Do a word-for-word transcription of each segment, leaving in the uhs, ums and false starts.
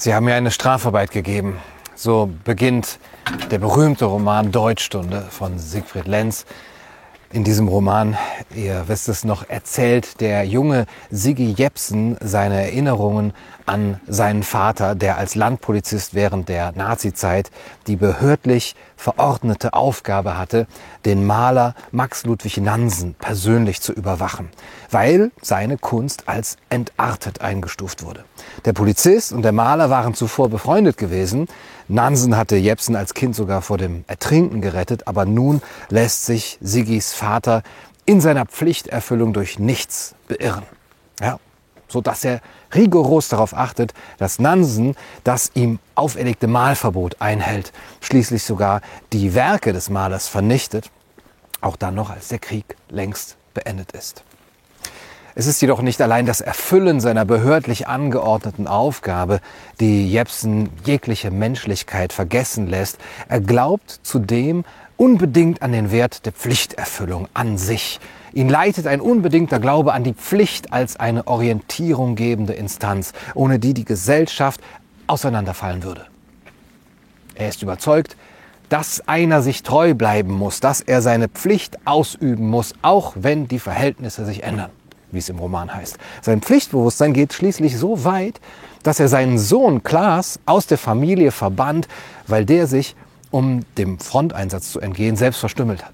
Sie haben mir eine Strafarbeit gegeben. So beginnt der berühmte Roman Deutschstunde von Siegfried Lenz. In diesem Roman, ihr wisst es noch, erzählt der junge Sigi Jepsen seine Erinnerungen an seinen Vater, der als Landpolizist während der Nazizeit die behördlich verordnete Aufgabe hatte, den Maler Max Ludwig Nansen persönlich zu überwachen, weil seine Kunst als entartet eingestuft wurde. Der Polizist und der Maler waren zuvor befreundet gewesen. Nansen hatte Jepsen als Kind sogar vor dem Ertrinken gerettet, aber nun lässt sich Sigis Vater in seiner Pflichterfüllung durch nichts beirren. Ja, so dass er rigoros darauf achtet, dass Nansen das ihm auferlegte Malverbot einhält, schließlich sogar die Werke des Malers vernichtet, auch dann noch, als der Krieg längst beendet ist. Es ist jedoch nicht allein das Erfüllen seiner behördlich angeordneten Aufgabe, die Jepsen jegliche Menschlichkeit vergessen lässt. Er glaubt zudem unbedingt an den Wert der Pflichterfüllung an sich. Ihn leitet ein unbedingter Glaube an die Pflicht als eine Orientierung gebende Instanz, ohne die die Gesellschaft auseinanderfallen würde. Er ist überzeugt, dass einer sich treu bleiben muss, dass er seine Pflicht ausüben muss, auch wenn die Verhältnisse sich ändern, wie es im Roman heißt. Sein Pflichtbewusstsein geht schließlich so weit, dass er seinen Sohn Klaas aus der Familie verbannt, weil der sich, um dem Fronteinsatz zu entgehen, selbst verstümmelt hat.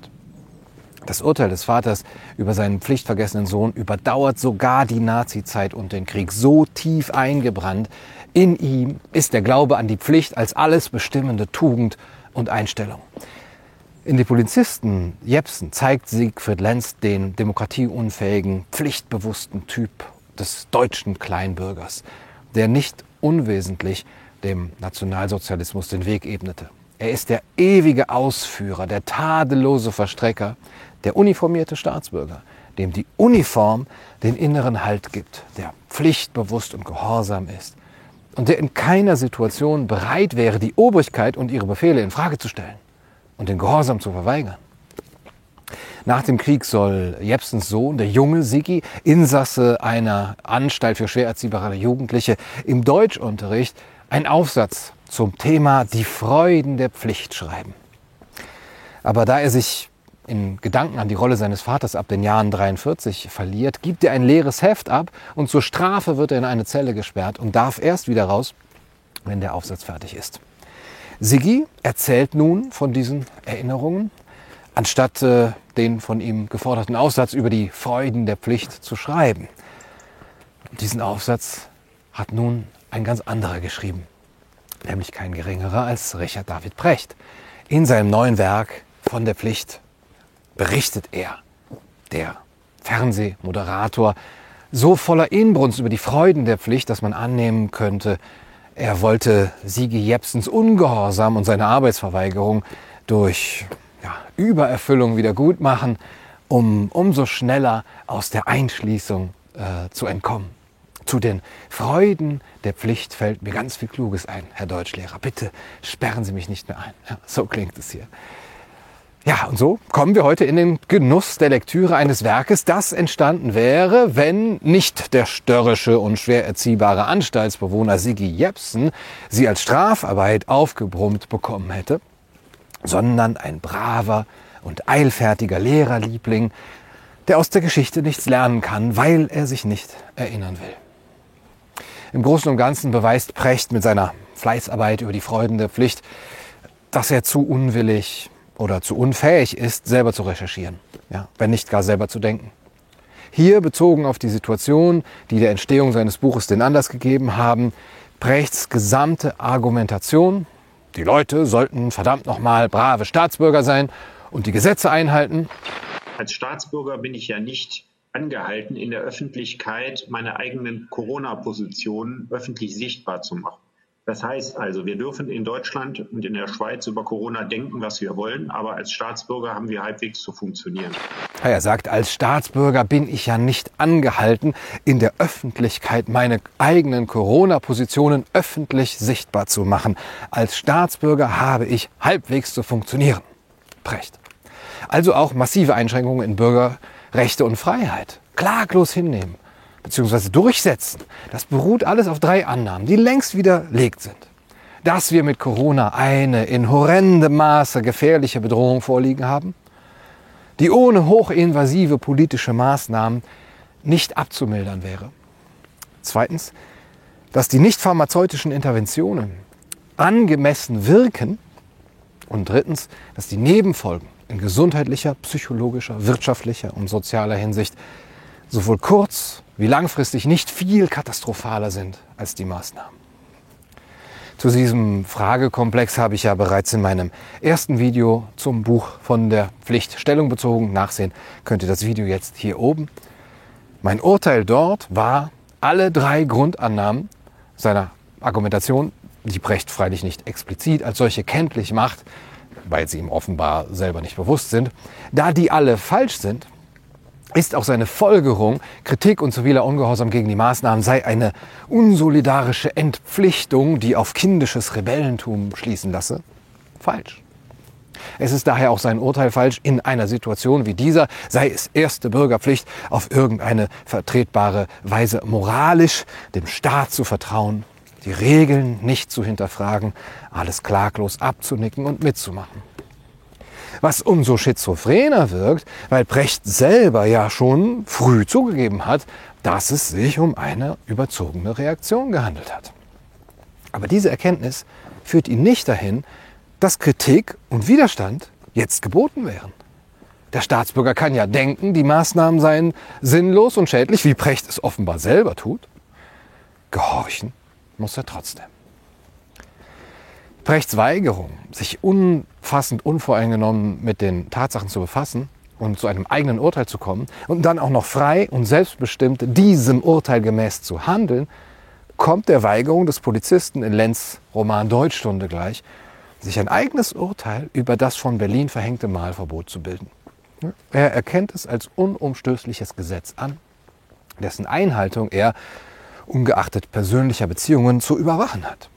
Das Urteil des Vaters über seinen pflichtvergessenen Sohn überdauert sogar die Nazizeit und den Krieg. So tief eingebrannt in ihm ist der Glaube an die Pflicht als alles bestimmende Tugend und Einstellung. In Die Polizisten Jepsen zeigt Siegfried Lenz den demokratieunfähigen, pflichtbewussten Typ des deutschen Kleinbürgers, der nicht unwesentlich dem Nationalsozialismus den Weg ebnete. Er ist der ewige Ausführer, der tadellose Verstrecker, der uniformierte Staatsbürger, dem die Uniform den inneren Halt gibt, der pflichtbewusst und gehorsam ist und der in keiner Situation bereit wäre, die Obrigkeit und ihre Befehle in Frage zu stellen und den Gehorsam zu verweigern. Nach dem Krieg soll Jepsens Sohn, der junge Sigi, Insasse einer Anstalt für schwer erziehbare Jugendliche, im Deutschunterricht einen Aufsatz zum Thema die Freuden der Pflicht schreiben. Aber da er sich in Gedanken an die Rolle seines Vaters ab den Jahren dreiundvierzig verliert, gibt er ein leeres Heft ab und zur Strafe wird er in eine Zelle gesperrt und darf erst wieder raus, wenn der Aufsatz fertig ist. Sigi erzählt nun von diesen Erinnerungen, anstatt äh, den von ihm geforderten Aufsatz über die Freuden der Pflicht zu schreiben. Diesen Aufsatz hat nun ein ganz anderer geschrieben, nämlich kein geringerer als Richard David Precht. In seinem neuen Werk Von der Pflicht berichtet er, der Fernsehmoderator, so voller Inbrunst über die Freuden der Pflicht, dass man annehmen könnte, er wollte Sigi Jepsens Ungehorsam und seine Arbeitsverweigerung durch ja, Übererfüllung wieder gut machen, um umso schneller aus der Einschließung äh, zu entkommen. Zu den Freuden der Pflicht fällt mir ganz viel Kluges ein, Herr Deutschlehrer. Bitte sperren Sie mich nicht mehr ein. Ja, so klingt es hier. Ja, und so kommen wir heute in den Genuss der Lektüre eines Werkes, das entstanden wäre, wenn nicht der störrische und schwer erziehbare Anstaltsbewohner Sigi Jepsen sie als Strafarbeit aufgebrummt bekommen hätte, sondern ein braver und eilfertiger Lehrerliebling, der aus der Geschichte nichts lernen kann, weil er sich nicht erinnern will. Im Großen und Ganzen beweist Precht mit seiner Fleißarbeit über die Freuden der Pflicht, dass er zu unwillig oder zu unfähig ist, selber zu recherchieren, ja, wenn nicht gar selber zu denken. Hier, bezogen auf die Situation, die der Entstehung seines Buches den Anlass gegeben haben, Prechts gesamte Argumentation, die Leute sollten verdammt nochmal brave Staatsbürger sein und die Gesetze einhalten. Als Staatsbürger bin ich ja nicht angehalten, in der Öffentlichkeit meine eigenen Corona-Positionen öffentlich sichtbar zu machen. Das heißt also, wir dürfen in Deutschland und in der Schweiz über Corona denken, was wir wollen, aber als Staatsbürger haben wir halbwegs zu funktionieren. Er sagt, als Staatsbürger bin ich ja nicht angehalten, in der Öffentlichkeit meine eigenen Corona-Positionen öffentlich sichtbar zu machen. Als Staatsbürger habe ich halbwegs zu funktionieren. Precht. Also auch massive Einschränkungen in Bürgerrechte und Freiheit. Klaglos hinnehmen. bzw. durchsetzen, das beruht alles auf drei Annahmen, die längst widerlegt sind. Dass wir mit Corona eine in horrendem Maße gefährliche Bedrohung vorliegen haben, die ohne hochinvasive politische Maßnahmen nicht abzumildern wäre. Zweitens, dass die nicht pharmazeutischen Interventionen angemessen wirken. Und drittens, dass die Nebenfolgen in gesundheitlicher, psychologischer, wirtschaftlicher und sozialer Hinsicht sowohl kurz- wie langfristig nicht viel katastrophaler sind als die Maßnahmen. Zu diesem Fragekomplex habe ich ja bereits in meinem ersten Video zum Buch von der Pflicht Stellung bezogen. Nachsehen könnt ihr das Video jetzt hier oben. Mein Urteil dort war, alle drei Grundannahmen seiner Argumentation, die Brecht freilich nicht explizit als solche kenntlich macht, weil sie ihm offenbar selber nicht bewusst sind, da die alle falsch sind, ist auch seine Folgerung, Kritik und ziviler Ungehorsam gegen die Maßnahmen sei eine unsolidarische Entpflichtung, die auf kindisches Rebellentum schließen lasse, falsch. Es ist daher auch sein Urteil falsch, in einer Situation wie dieser sei es erste Bürgerpflicht, auf irgendeine vertretbare Weise moralisch dem Staat zu vertrauen, die Regeln nicht zu hinterfragen, alles klaglos abzunicken und mitzumachen. Was umso schizophrener wirkt, weil Brecht selber ja schon früh zugegeben hat, dass es sich um eine überzogene Reaktion gehandelt hat. Aber diese Erkenntnis führt ihn nicht dahin, dass Kritik und Widerstand jetzt geboten wären. Der Staatsbürger kann ja denken, die Maßnahmen seien sinnlos und schädlich, wie Brecht es offenbar selber tut. Gehorchen muss er trotzdem. Brechts Weigerung, sich umfassend unvoreingenommen mit den Tatsachen zu befassen und zu einem eigenen Urteil zu kommen und dann auch noch frei und selbstbestimmt diesem Urteil gemäß zu handeln, kommt der Weigerung des Polizisten in Lenz' Roman Deutschstunde gleich, sich ein eigenes Urteil über das von Berlin verhängte Mahlverbot zu bilden. Er erkennt es als unumstößliches Gesetz an, dessen Einhaltung er, ungeachtet persönlicher Beziehungen, zu überwachen hat.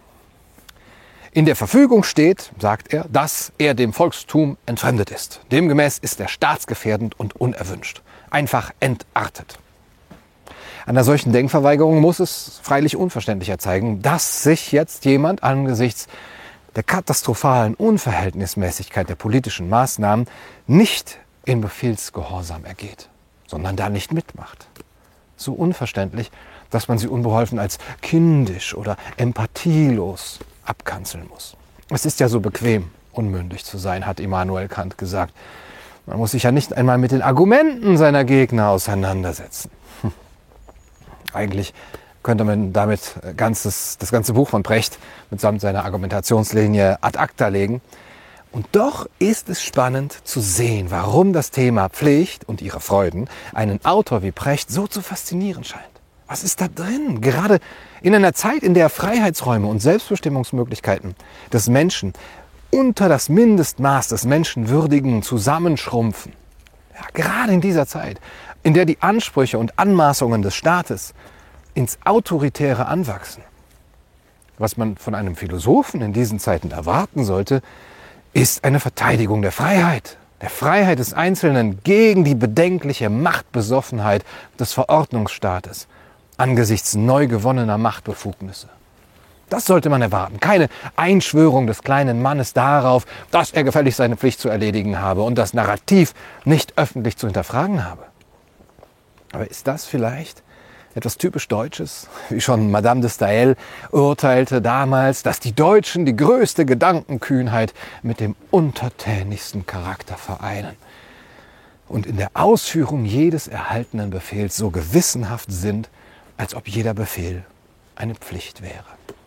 In der Verfügung steht, sagt er, dass er dem Volkstum entfremdet ist. Demgemäß ist er staatsgefährdend und unerwünscht. Einfach entartet. Einer solchen Denkverweigerung muss es freilich unverständlicher zeigen, dass sich jetzt jemand angesichts der katastrophalen Unverhältnismäßigkeit der politischen Maßnahmen nicht in Befehlsgehorsam ergeht, sondern da nicht mitmacht. So unverständlich, dass man sie unbeholfen als kindisch oder empathielos abkanzeln muss. Es ist ja so bequem, unmündig zu sein, hat Immanuel Kant gesagt. Man muss sich ja nicht einmal mit den Argumenten seiner Gegner auseinandersetzen. Hm. Eigentlich könnte man damit ganzes, das ganze Buch von Brecht mitsamt seiner Argumentationslinie ad acta legen. Und doch ist es spannend zu sehen, warum das Thema Pflicht und ihre Freuden einen Autor wie Brecht so zu faszinieren scheint. Was ist da drin? Gerade in einer Zeit, in der Freiheitsräume und Selbstbestimmungsmöglichkeiten des Menschen unter das Mindestmaß des Menschenwürdigen zusammenschrumpfen. Ja, gerade in dieser Zeit, in der die Ansprüche und Anmaßungen des Staates ins Autoritäre anwachsen. Was man von einem Philosophen in diesen Zeiten erwarten sollte, ist eine Verteidigung der Freiheit. Der Freiheit des Einzelnen gegen die bedenkliche Machtbesoffenheit des Verordnungsstaates angesichts neu gewonnener Machtbefugnisse. Das sollte man erwarten. Keine Einschwörung des kleinen Mannes darauf, dass er gefälligst seine Pflicht zu erledigen habe und das Narrativ nicht öffentlich zu hinterfragen habe. Aber ist das vielleicht etwas typisch Deutsches? Wie schon Madame de Staël urteilte damals, dass die Deutschen die größte Gedankenkühnheit mit dem untertänigsten Charakter vereinen und in der Ausführung jedes erhaltenen Befehls so gewissenhaft sind, als ob jeder Befehl eine Pflicht wäre.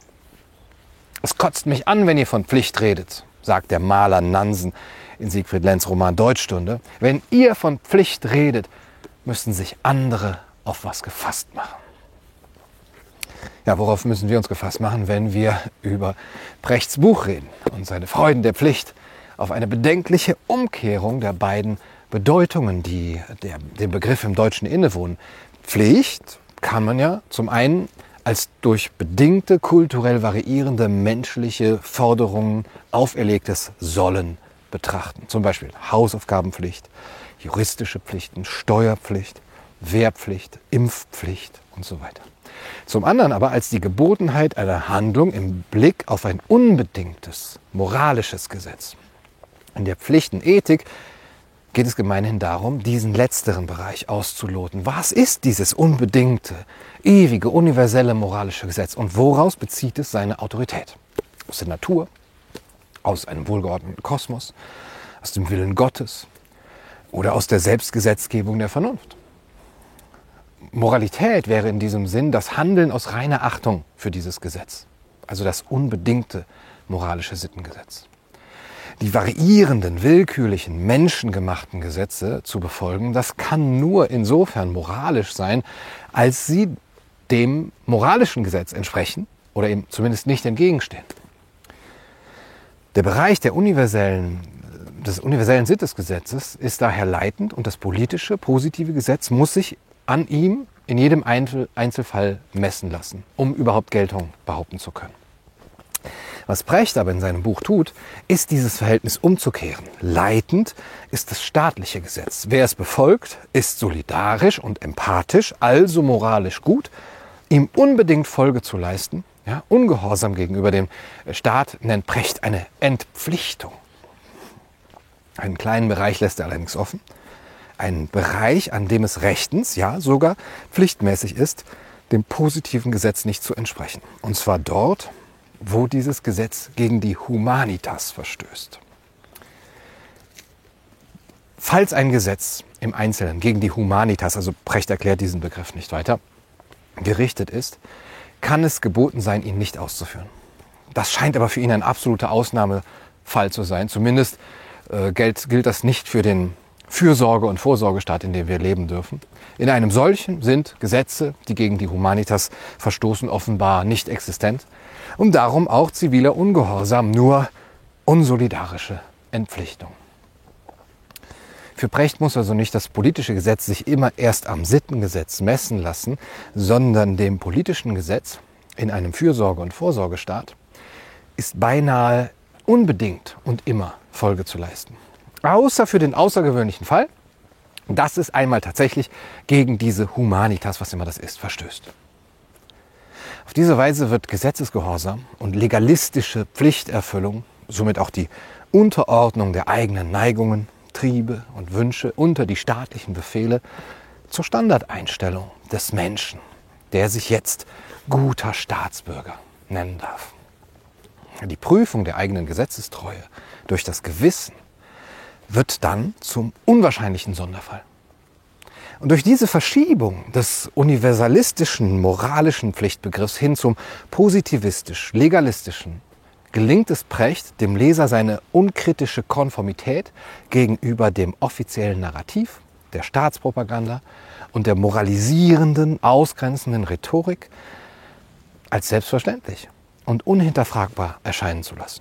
Es kotzt mich an, wenn ihr von Pflicht redet, sagt der Maler Nansen in Siegfried Lenz' Roman Deutschstunde. Wenn ihr von Pflicht redet, müssen sich andere auf was gefasst machen. Ja, worauf müssen wir uns gefasst machen, wenn wir über Brechts Buch reden und seine Freuden der Pflicht auf eine bedenkliche Umkehrung der beiden Bedeutungen, die der, dem Begriff im Deutschen innewohnen. Pflicht kann man ja zum einen als durch bedingte, kulturell variierende menschliche Forderungen auferlegtes Sollen betrachten. Zum Beispiel Hausaufgabenpflicht, juristische Pflichten, Steuerpflicht, Wehrpflicht, Impfpflicht und so weiter. Zum anderen aber als die Gebotenheit einer Handlung im Blick auf ein unbedingtes moralisches Gesetz. In der Pflichtenethik geht es gemeinhin darum, diesen letzteren Bereich auszuloten. Was ist dieses unbedingte, ewige, universelle moralische Gesetz und woraus bezieht es seine Autorität? Aus der Natur, aus einem wohlgeordneten Kosmos, aus dem Willen Gottes oder aus der Selbstgesetzgebung der Vernunft? Moralität wäre in diesem Sinn das Handeln aus reiner Achtung für dieses Gesetz, also das unbedingte moralische Sittengesetz. Die variierenden, willkürlichen, menschengemachten Gesetze zu befolgen, das kann nur insofern moralisch sein, als sie dem moralischen Gesetz entsprechen oder ihm zumindest nicht entgegenstehen. Der Bereich der universellen, des universellen Sittesgesetzes ist daher leitend und das politische, positive Gesetz muss sich an ihm in jedem Einzelfall messen lassen, um überhaupt Geltung behaupten zu können. Was Brecht aber in seinem Buch tut, ist dieses Verhältnis umzukehren. Leitend ist das staatliche Gesetz. Wer es befolgt, ist solidarisch und empathisch, also moralisch gut. Ihm unbedingt Folge zu leisten, ja, ungehorsam gegenüber dem Staat, nennt Brecht eine Entpflichtung. Einen kleinen Bereich lässt er allerdings offen. Einen Bereich, an dem es rechtens, ja sogar pflichtmäßig ist, dem positiven Gesetz nicht zu entsprechen. Und zwar dort, wo dieses Gesetz gegen die Humanitas verstößt. Falls ein Gesetz im Einzelnen gegen die Humanitas, also Brecht erklärt diesen Begriff nicht weiter, gerichtet ist, kann es geboten sein, ihn nicht auszuführen. Das scheint aber für ihn ein absoluter Ausnahmefall zu sein. Zumindest äh, gilt, gilt das nicht für den Fürsorge- und Vorsorgestaat, in dem wir leben dürfen. In einem solchen sind Gesetze, die gegen die Humanitas verstoßen, offenbar nicht existent. Und darum auch ziviler Ungehorsam, nur unsolidarische Entpflichtung. Für Brecht muss also nicht das politische Gesetz sich immer erst am Sittengesetz messen lassen, sondern dem politischen Gesetz in einem Fürsorge- und Vorsorgestaat ist beinahe unbedingt und immer Folge zu leisten. Außer für den außergewöhnlichen Fall, dass es einmal tatsächlich gegen diese Humanitas, was immer das ist, verstößt. Auf diese Weise wird Gesetzesgehorsam und legalistische Pflichterfüllung, somit auch die Unterordnung der eigenen Neigungen, Triebe und Wünsche unter die staatlichen Befehle zur Standardeinstellung des Menschen, der sich jetzt guter Staatsbürger nennen darf. Die Prüfung der eigenen Gesetzestreue durch das Gewissen wird dann zum unwahrscheinlichen Sonderfall. Und durch diese Verschiebung des universalistischen, moralischen Pflichtbegriffs hin zum positivistisch-legalistischen gelingt es Brecht, dem Leser seine unkritische Konformität gegenüber dem offiziellen Narrativ, der Staatspropaganda und der moralisierenden, ausgrenzenden Rhetorik als selbstverständlich und unhinterfragbar erscheinen zu lassen.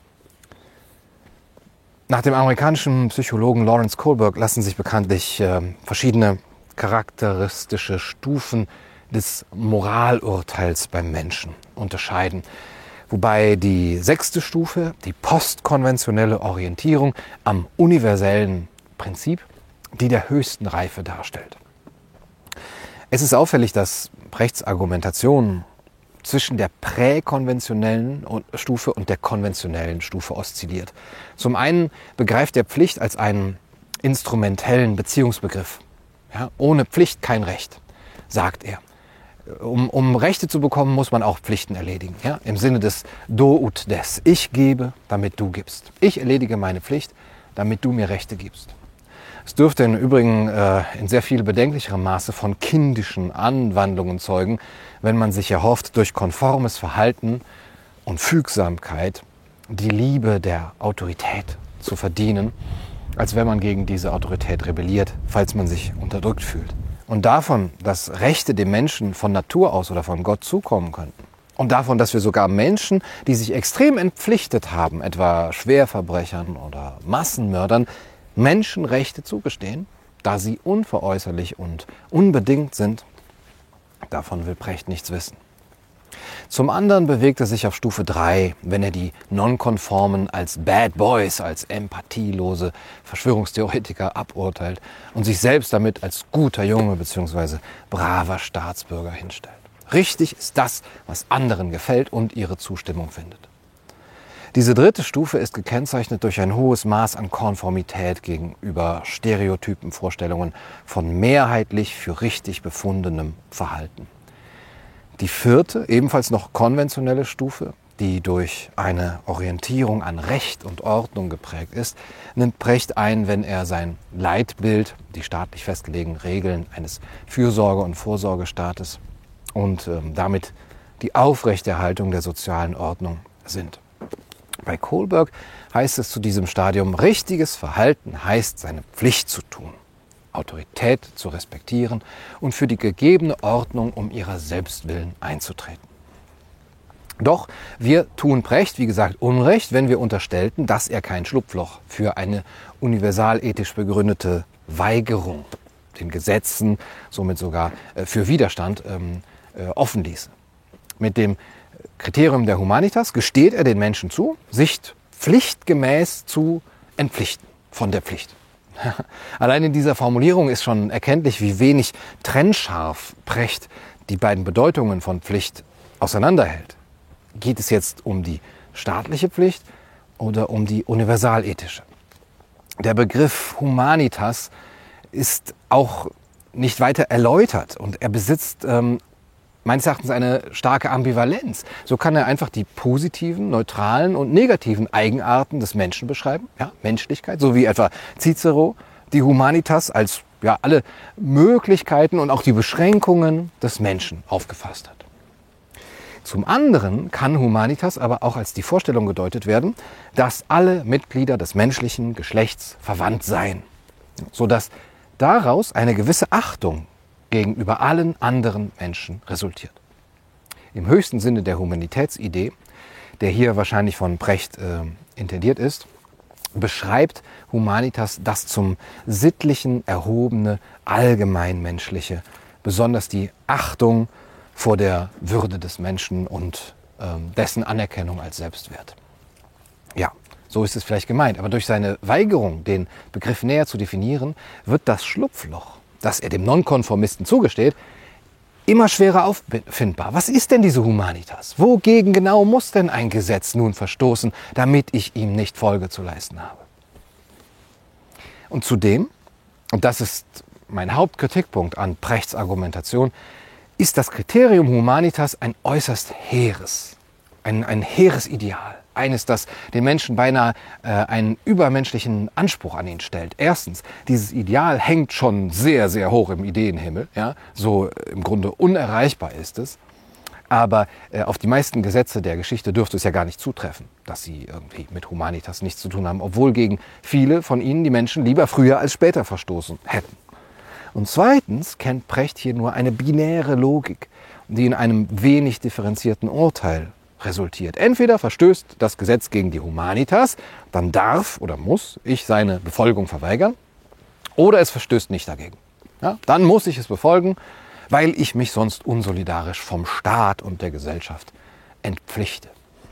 Nach dem amerikanischen Psychologen Lawrence Kohlberg lassen sich bekanntlich äh, verschiedene charakteristische Stufen des Moralurteils beim Menschen unterscheiden. Wobei die sechste Stufe, die postkonventionelle Orientierung am universellen Prinzip, die der höchsten Reife darstellt. Es ist auffällig, dass Brechts Argumentation zwischen der präkonventionellen Stufe und der konventionellen Stufe oszilliert. Zum einen begreift er Pflicht als einen instrumentellen Beziehungsbegriff. Ja, ohne Pflicht kein Recht, sagt er. Um, um Rechte zu bekommen, muss man auch Pflichten erledigen. Ja? Im Sinne des Do ut des. Ich gebe, damit du gibst. Ich erledige meine Pflicht, damit du mir Rechte gibst. Es dürfte im Übrigen äh, in sehr viel bedenklicherem Maße von kindischen Anwandlungen zeugen, wenn man sich erhofft, durch konformes Verhalten und Fügsamkeit die Liebe der Autorität zu verdienen, als wenn man gegen diese Autorität rebelliert, falls man sich unterdrückt fühlt. Und davon, dass Rechte dem Menschen von Natur aus oder von Gott zukommen könnten. Und davon, dass wir sogar Menschen, die sich extrem entpflichtet haben, etwa Schwerverbrechern oder Massenmördern, Menschenrechte zugestehen, da sie unveräußerlich und unbedingt sind, davon will Brecht nichts wissen. Zum anderen bewegt er sich auf Stufe drei, wenn er die Nonkonformen als Bad Boys, als empathielose Verschwörungstheoretiker aburteilt und sich selbst damit als guter Junge bzw. braver Staatsbürger hinstellt. Richtig ist das, was anderen gefällt und ihre Zustimmung findet. Diese dritte Stufe ist gekennzeichnet durch ein hohes Maß an Konformität gegenüber stereotypen Vorstellungen von mehrheitlich für richtig befundenem Verhalten. Die vierte, ebenfalls noch konventionelle Stufe, die durch eine Orientierung an Recht und Ordnung geprägt ist, nimmt Precht ein, wenn er sein Leitbild, die staatlich festgelegten Regeln eines Fürsorge- und Vorsorgestaates und ähm, damit die Aufrechterhaltung der sozialen Ordnung sind. Bei Kohlberg heißt es zu diesem Stadium, richtiges Verhalten heißt, seine Pflicht zu tun, Autorität zu respektieren und für die gegebene Ordnung um ihrer selbst willen einzutreten. Doch wir tun Precht, wie gesagt, Unrecht, wenn wir unterstellten, dass er kein Schlupfloch für eine universalethisch begründete Weigerung, den Gesetzen, somit sogar für Widerstand ähm, äh, offen ließe. Mit dem Kriterium der Humanitas gesteht er den Menschen zu, sich pflichtgemäß zu entpflichten von der Pflicht. Allein in dieser Formulierung ist schon erkenntlich, wie wenig trennscharf Precht die beiden Bedeutungen von Pflicht auseinanderhält. Geht es jetzt um die staatliche Pflicht oder um die universalethische? Der Begriff Humanitas ist auch nicht weiter erläutert und er besitzt ähm, meines Erachtens eine starke Ambivalenz. So kann er einfach die positiven, neutralen und negativen Eigenarten des Menschen beschreiben, ja, Menschlichkeit, so wie etwa Cicero die Humanitas als ja, alle Möglichkeiten und auch die Beschränkungen des Menschen aufgefasst hat. Zum anderen kann Humanitas aber auch als die Vorstellung gedeutet werden, dass alle Mitglieder des menschlichen Geschlechts verwandt seien, sodass daraus eine gewisse Achtung gegenüber allen anderen Menschen resultiert. Im höchsten Sinne der Humanitätsidee, der hier wahrscheinlich von Precht äh, intendiert ist, beschreibt Humanitas das zum Sittlichen erhobene, allgemeinmenschliche, besonders die Achtung vor der Würde des Menschen und äh, dessen Anerkennung als Selbstwert. Ja, so ist es vielleicht gemeint, aber durch seine Weigerung, den Begriff näher zu definieren, wird das Schlupfloch, das er dem Nonkonformisten zugesteht, immer schwerer auffindbar. Was ist denn diese Humanitas? Wogegen genau muss denn ein Gesetz nun verstoßen, damit ich ihm nicht Folge zu leisten habe? Und zudem, und das ist mein Hauptkritikpunkt an Prechts Argumentation, ist das Kriterium Humanitas ein äußerst hehres, ein, ein hehres Ideal. Eines, das den Menschen beinahe äh, einen übermenschlichen Anspruch an ihn stellt. Erstens, dieses Ideal hängt schon sehr, sehr hoch im Ideenhimmel. Ja? So äh, im Grunde unerreichbar ist es. Aber äh, auf die meisten Gesetze der Geschichte dürfte es ja gar nicht zutreffen, dass sie irgendwie mit Humanitas nichts zu tun haben, obwohl gegen viele von ihnen die Menschen lieber früher als später verstoßen hätten. Und zweitens kennt Precht hier nur eine binäre Logik, die in einem wenig differenzierten Urteil resultiert. Entweder verstößt das Gesetz gegen die Humanitas, dann darf oder muss ich seine Befolgung verweigern, oder es verstößt nicht dagegen. Ja, dann muss ich es befolgen, weil ich mich sonst unsolidarisch vom Staat und der Gesellschaft entpflichte.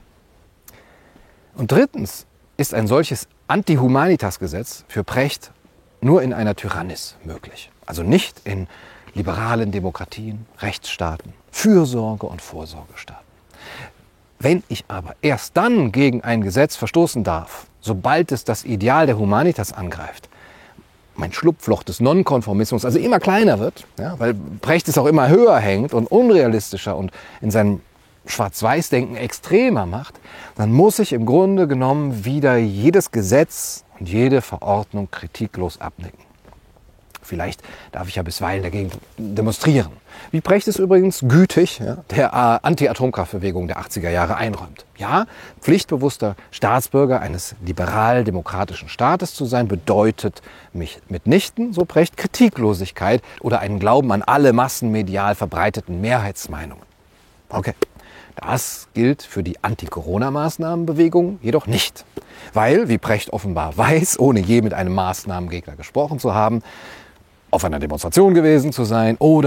Und drittens ist ein solches Anti-Humanitas-Gesetz für Precht nur in einer Tyrannis möglich. Also nicht in liberalen Demokratien, Rechtsstaaten, Fürsorge- und Vorsorgestaaten. Wenn ich aber erst dann gegen ein Gesetz verstoßen darf, sobald es das Ideal der Humanitas angreift, mein Schlupfloch des Nonkonformismus also immer kleiner wird, ja, weil Precht es auch immer höher hängt und unrealistischer und in seinem Schwarz-Weiß-Denken extremer macht, dann muss ich im Grunde genommen wieder jedes Gesetz und jede Verordnung kritiklos abnicken. Vielleicht darf ich ja bisweilen dagegen demonstrieren. Wie Precht es übrigens gütig ja, der Anti-Atomkraftbewegung der achtziger Jahre einräumt. Ja, pflichtbewusster Staatsbürger eines liberal-demokratischen Staates zu sein, bedeutet mich mitnichten, so Precht, Kritiklosigkeit oder einen Glauben an alle massenmedial verbreiteten Mehrheitsmeinungen. Okay, das gilt für die Anti-Corona-Maßnahmenbewegung jedoch nicht. Weil, wie Precht offenbar weiß, ohne je mit einem Maßnahmengegner gesprochen zu haben, auf einer Demonstration gewesen zu sein oder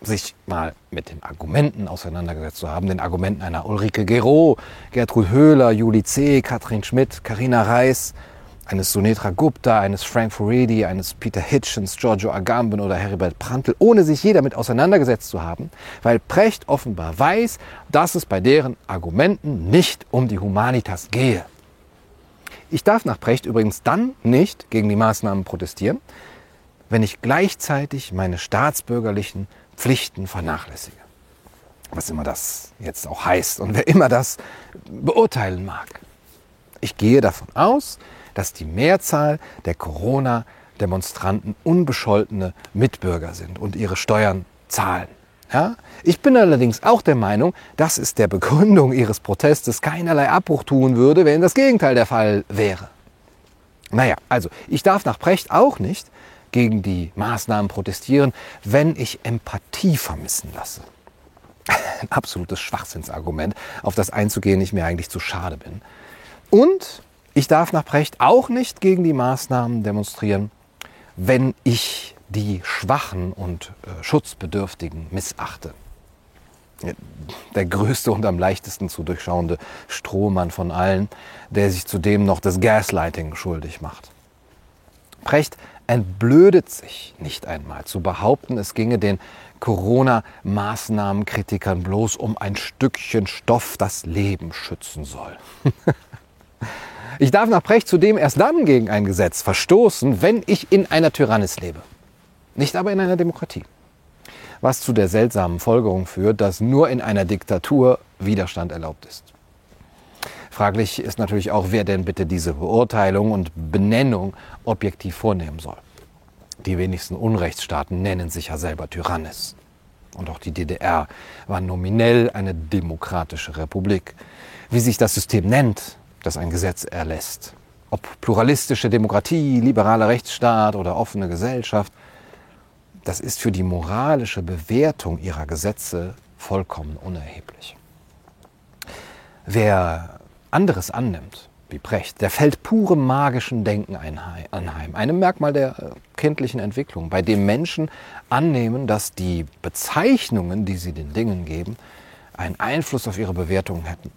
sich mal mit den Argumenten auseinandergesetzt zu haben, den Argumenten einer Ulrike Gero, Gertrud Höhler, Julie C., Katrin Schmidt, Carina Reis, eines Sunetra Gupta, eines Frank Furedi, eines Peter Hitchens, Giorgio Agamben oder Heribert Prantl, ohne sich je damit auseinandergesetzt zu haben, weil Precht offenbar weiß, dass es bei deren Argumenten nicht um die Humanitas gehe. Ich darf nach Precht übrigens dann nicht gegen die Maßnahmen protestieren, wenn ich gleichzeitig meine staatsbürgerlichen Pflichten vernachlässige. Was immer das jetzt auch heißt und wer immer das beurteilen mag. Ich gehe davon aus, dass die Mehrzahl der Corona-Demonstranten unbescholtene Mitbürger sind und ihre Steuern zahlen. Ja? Ich bin allerdings auch der Meinung, dass es der Begründung ihres Protestes keinerlei Abbruch tun würde, wenn das Gegenteil der Fall wäre. Naja, also ich darf nach Precht auch nicht gegen die Maßnahmen protestieren, wenn ich Empathie vermissen lasse. Ein absolutes Schwachsinnsargument, auf das einzugehen ich mir eigentlich zu schade bin. Und ich darf nach Precht auch nicht gegen die Maßnahmen demonstrieren, wenn ich die Schwachen und äh, Schutzbedürftigen missachte. Der größte und am leichtesten zu durchschauende Strohmann von allen, der sich zudem noch das Gaslighting schuldig macht. Precht entblödet sich nicht einmal zu behaupten, es ginge den Corona-Maßnahmenkritikern bloß um ein Stückchen Stoff, das Leben schützen soll. Ich darf nach Precht zudem erst dann gegen ein Gesetz verstoßen, wenn ich in einer Tyrannis lebe, nicht aber in einer Demokratie. Was zu der seltsamen Folgerung führt, dass nur in einer Diktatur Widerstand erlaubt ist. Fraglich ist natürlich auch, wer denn bitte diese Beurteilung und Benennung objektiv vornehmen soll. Die wenigsten Unrechtsstaaten nennen sich ja selber Tyrannis. Und auch die D D R war nominell eine demokratische Republik. Wie sich das System nennt, das ein Gesetz erlässt, ob pluralistische Demokratie, liberaler Rechtsstaat oder offene Gesellschaft, das ist für die moralische Bewertung ihrer Gesetze vollkommen unerheblich. Wer anderes annimmt, wie Precht, der fällt purem magischen Denken anheim, einem Merkmal der kindlichen Entwicklung, bei dem Menschen annehmen, dass die Bezeichnungen, die sie den Dingen geben, einen Einfluss auf ihre Bewertungen hätten.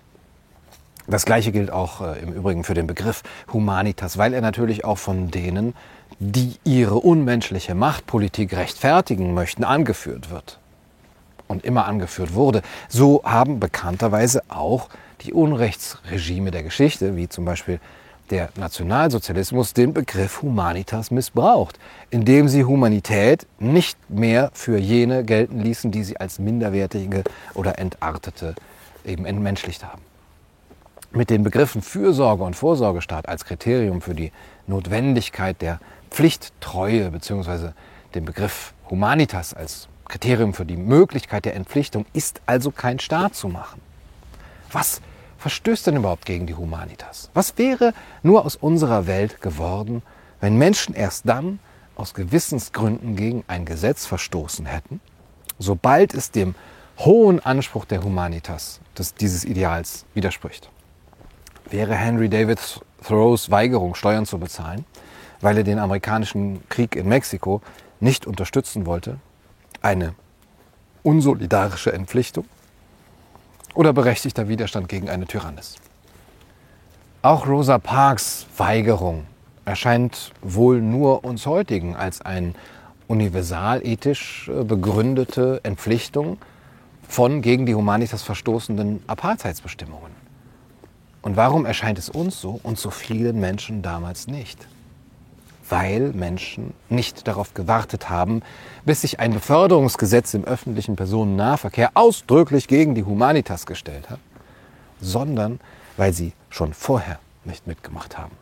Das Gleiche gilt auch äh, im Übrigen für den Begriff Humanitas, weil er natürlich auch von denen, die ihre unmenschliche Machtpolitik rechtfertigen möchten, angeführt wird. Und immer angeführt wurde. So haben bekannterweise auch die Unrechtsregime der Geschichte, wie zum Beispiel der Nationalsozialismus, den Begriff Humanitas missbraucht, indem sie Humanität nicht mehr für jene gelten ließen, die sie als minderwertige oder entartete eben entmenschlicht haben. Mit den Begriffen Fürsorge und Vorsorgestaat als Kriterium für die Notwendigkeit der Pflichttreue bzw. dem Begriff Humanitas als Kriterium für die Möglichkeit der Entpflichtung ist also kein Staat zu machen. Was verstößt denn überhaupt gegen die Humanitas? Was wäre nur aus unserer Welt geworden, wenn Menschen erst dann aus Gewissensgründen gegen ein Gesetz verstoßen hätten, sobald es dem hohen Anspruch der Humanitas, des, dieses Ideals, widerspricht? Wäre Henry David Thoreaus Weigerung, Steuern zu bezahlen, weil er den amerikanischen Krieg in Mexiko nicht unterstützen wollte, eine unsolidarische Entpflichtung oder berechtigter Widerstand gegen eine Tyrannis? Auch Rosa Parks Weigerung erscheint wohl nur uns heutigen als eine universalethisch begründete Entpflichtung von gegen die Humanitas verstoßenden Apartheidsbestimmungen. Und warum erscheint es uns so und so vielen Menschen damals nicht? Weil Menschen nicht darauf gewartet haben, bis sich ein Beförderungsgesetz im öffentlichen Personennahverkehr ausdrücklich gegen die Humanitas gestellt hat, sondern weil sie schon vorher nicht mitgemacht haben.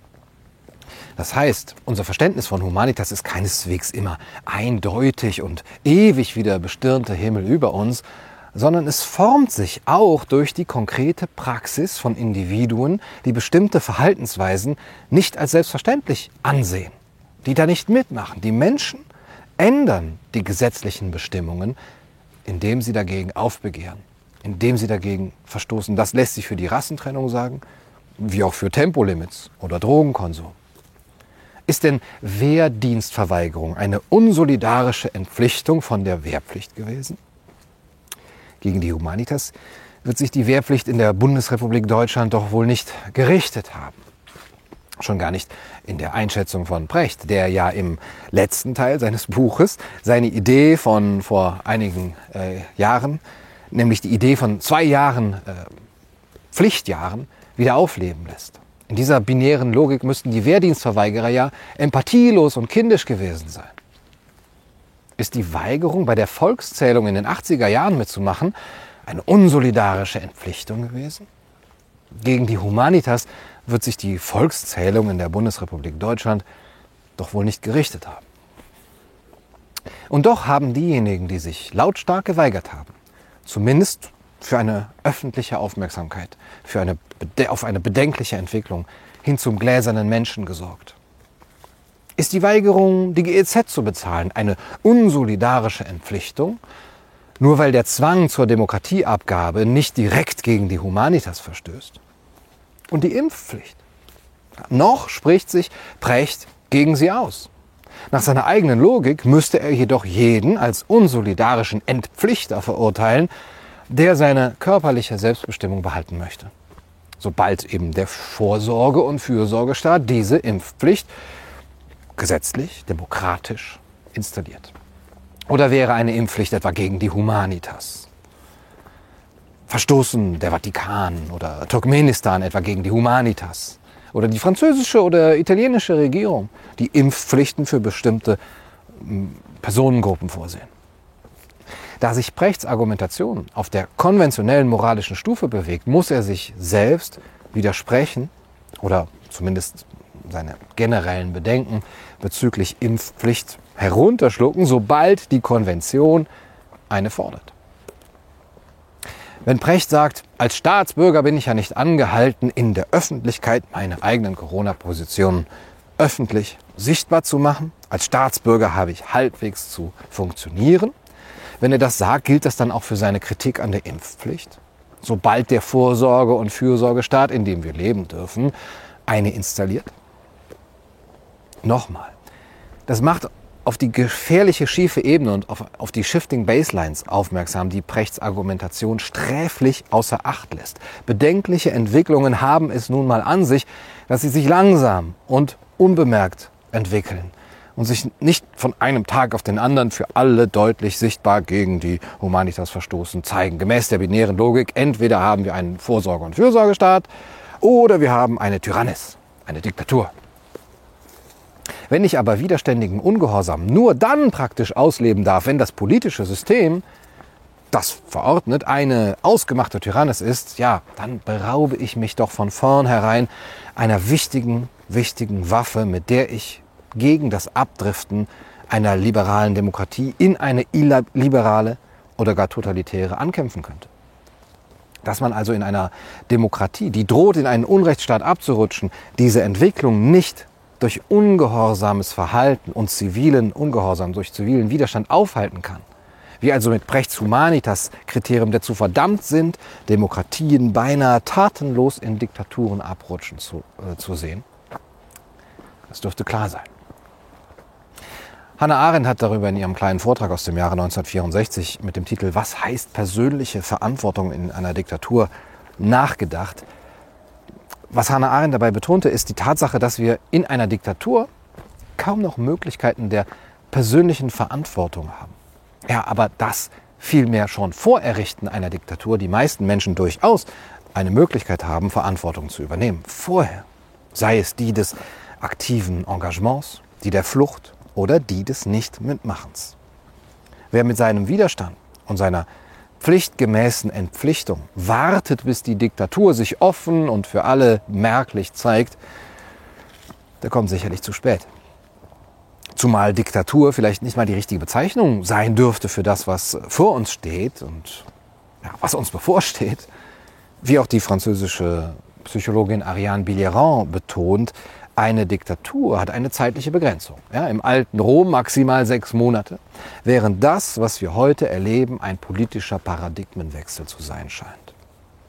Das heißt, unser Verständnis von Humanitas ist keineswegs immer eindeutig und ewig wie der bestirnte Himmel über uns, sondern es formt sich auch durch die konkrete Praxis von Individuen, die bestimmte Verhaltensweisen nicht als selbstverständlich ansehen, die da nicht mitmachen. Die Menschen ändern die gesetzlichen Bestimmungen, indem sie dagegen aufbegehren, indem sie dagegen verstoßen. Das lässt sich für die Rassentrennung sagen, wie auch für Tempolimits oder Drogenkonsum. Ist denn Wehrdienstverweigerung eine unsolidarische Entpflichtung von der Wehrpflicht gewesen? Gegen die Humanitas wird sich die Wehrpflicht in der Bundesrepublik Deutschland doch wohl nicht gerichtet haben. Schon gar nicht in der Einschätzung von Precht, der ja im letzten Teil seines Buches seine Idee von vor einigen äh, Jahren, nämlich die Idee von zwei Jahren äh, Pflichtjahren, wieder aufleben lässt. In dieser binären Logik müssten die Wehrdienstverweigerer ja empathielos und kindisch gewesen sein. Ist die Weigerung, bei der Volkszählung in den achtziger Jahren mitzumachen, eine unsolidarische Entpflichtung gewesen? Gegen die Humanitas wird sich die Volkszählung in der Bundesrepublik Deutschland doch wohl nicht gerichtet haben. Und doch haben diejenigen, die sich lautstark geweigert haben, zumindest für eine öffentliche Aufmerksamkeit, für eine, auf eine bedenkliche Entwicklung hin zum gläsernen Menschen gesorgt. Ist die Weigerung, die G E Z zu bezahlen, eine unsolidarische Entpflichtung, nur weil der Zwang zur Demokratieabgabe nicht direkt gegen die Humanitas verstößt? Und die Impfpflicht? Noch spricht sich Precht gegen sie aus. Nach seiner eigenen Logik müsste er jedoch jeden als unsolidarischen Entpflichter verurteilen, der seine körperliche Selbstbestimmung behalten möchte. Sobald eben der Vorsorge- und Fürsorgestaat diese Impfpflicht gesetzlich, demokratisch installiert. Oder wäre eine Impfpflicht etwa gegen die Humanitas? Verstoßen der Vatikan oder Turkmenistan etwa gegen die Humanitas? Oder die französische oder italienische Regierung, die Impfpflichten für bestimmte Personengruppen vorsehen? Da sich Prechts Argumentation auf der konventionellen moralischen Stufe bewegt, muss er sich selbst widersprechen oder zumindest seine generellen Bedenken bezüglich Impfpflicht herunterschlucken, sobald die Konvention eine fordert. Wenn Precht sagt, als Staatsbürger bin ich ja nicht angehalten, in der Öffentlichkeit meine eigenen Corona-Positionen öffentlich sichtbar zu machen, als Staatsbürger habe ich halbwegs zu funktionieren. Wenn er das sagt, gilt das dann auch für seine Kritik an der Impfpflicht? Sobald der Vorsorge- und Fürsorgestaat, in dem wir leben dürfen, eine installiert? Nochmal, das macht auf die gefährliche schiefe Ebene und auf, auf die Shifting Baselines aufmerksam, die Prechts Argumentation sträflich außer Acht lässt. Bedenkliche Entwicklungen haben es nun mal an sich, dass sie sich langsam und unbemerkt entwickeln und sich nicht von einem Tag auf den anderen für alle deutlich sichtbar gegen die Humanitas verstoßen zeigen. Gemäß der binären Logik, entweder haben wir einen Vorsorge- und Fürsorgestaat oder wir haben eine Tyrannis, eine Diktatur. Wenn ich aber widerständigen Ungehorsam nur dann praktisch ausleben darf, wenn das politische System, das verordnet, eine ausgemachte Tyrannis ist, ja, dann beraube ich mich doch von vornherein einer wichtigen, wichtigen Waffe, mit der ich gegen das Abdriften einer liberalen Demokratie in eine illiberale oder gar totalitäre ankämpfen könnte. Dass man also in einer Demokratie, die droht, in einen Unrechtsstaat abzurutschen, diese Entwicklung nicht durch ungehorsames Verhalten und zivilen Ungehorsam, durch zivilen Widerstand aufhalten kann. Wir also mit Prechts Humanitas-Kriterium dazu verdammt sind, Demokratien beinahe tatenlos in Diktaturen abrutschen zu, äh, zu sehen. Das dürfte klar sein. Hannah Arendt hat darüber in ihrem kleinen Vortrag aus dem Jahre neunzehnhundertvierundsechzig mit dem Titel »Was heißt persönliche Verantwortung in einer Diktatur?« nachgedacht. Was Hannah Arendt dabei betonte, ist die Tatsache, dass wir in einer Diktatur kaum noch Möglichkeiten der persönlichen Verantwortung haben. Ja, aber das vielmehr schon vor Errichten einer Diktatur die meisten Menschen durchaus eine Möglichkeit haben, Verantwortung zu übernehmen. Vorher, sei es die des aktiven Engagements, die der Flucht oder die des Nicht-Mitmachens. Wer mit seinem Widerstand und seiner pflichtgemäßen Entpflichtung wartet, bis die Diktatur sich offen und für alle merklich zeigt, der kommt sicherlich zu spät. Zumal Diktatur vielleicht nicht mal die richtige Bezeichnung sein dürfte für das, was vor uns steht und ja, was uns bevorsteht. Wie auch die französische Psychologin Ariane Billerand betont, eine Diktatur hat eine zeitliche Begrenzung. Ja, im alten Rom maximal sechs Monate, während das, was wir heute erleben, ein politischer Paradigmenwechsel zu sein scheint.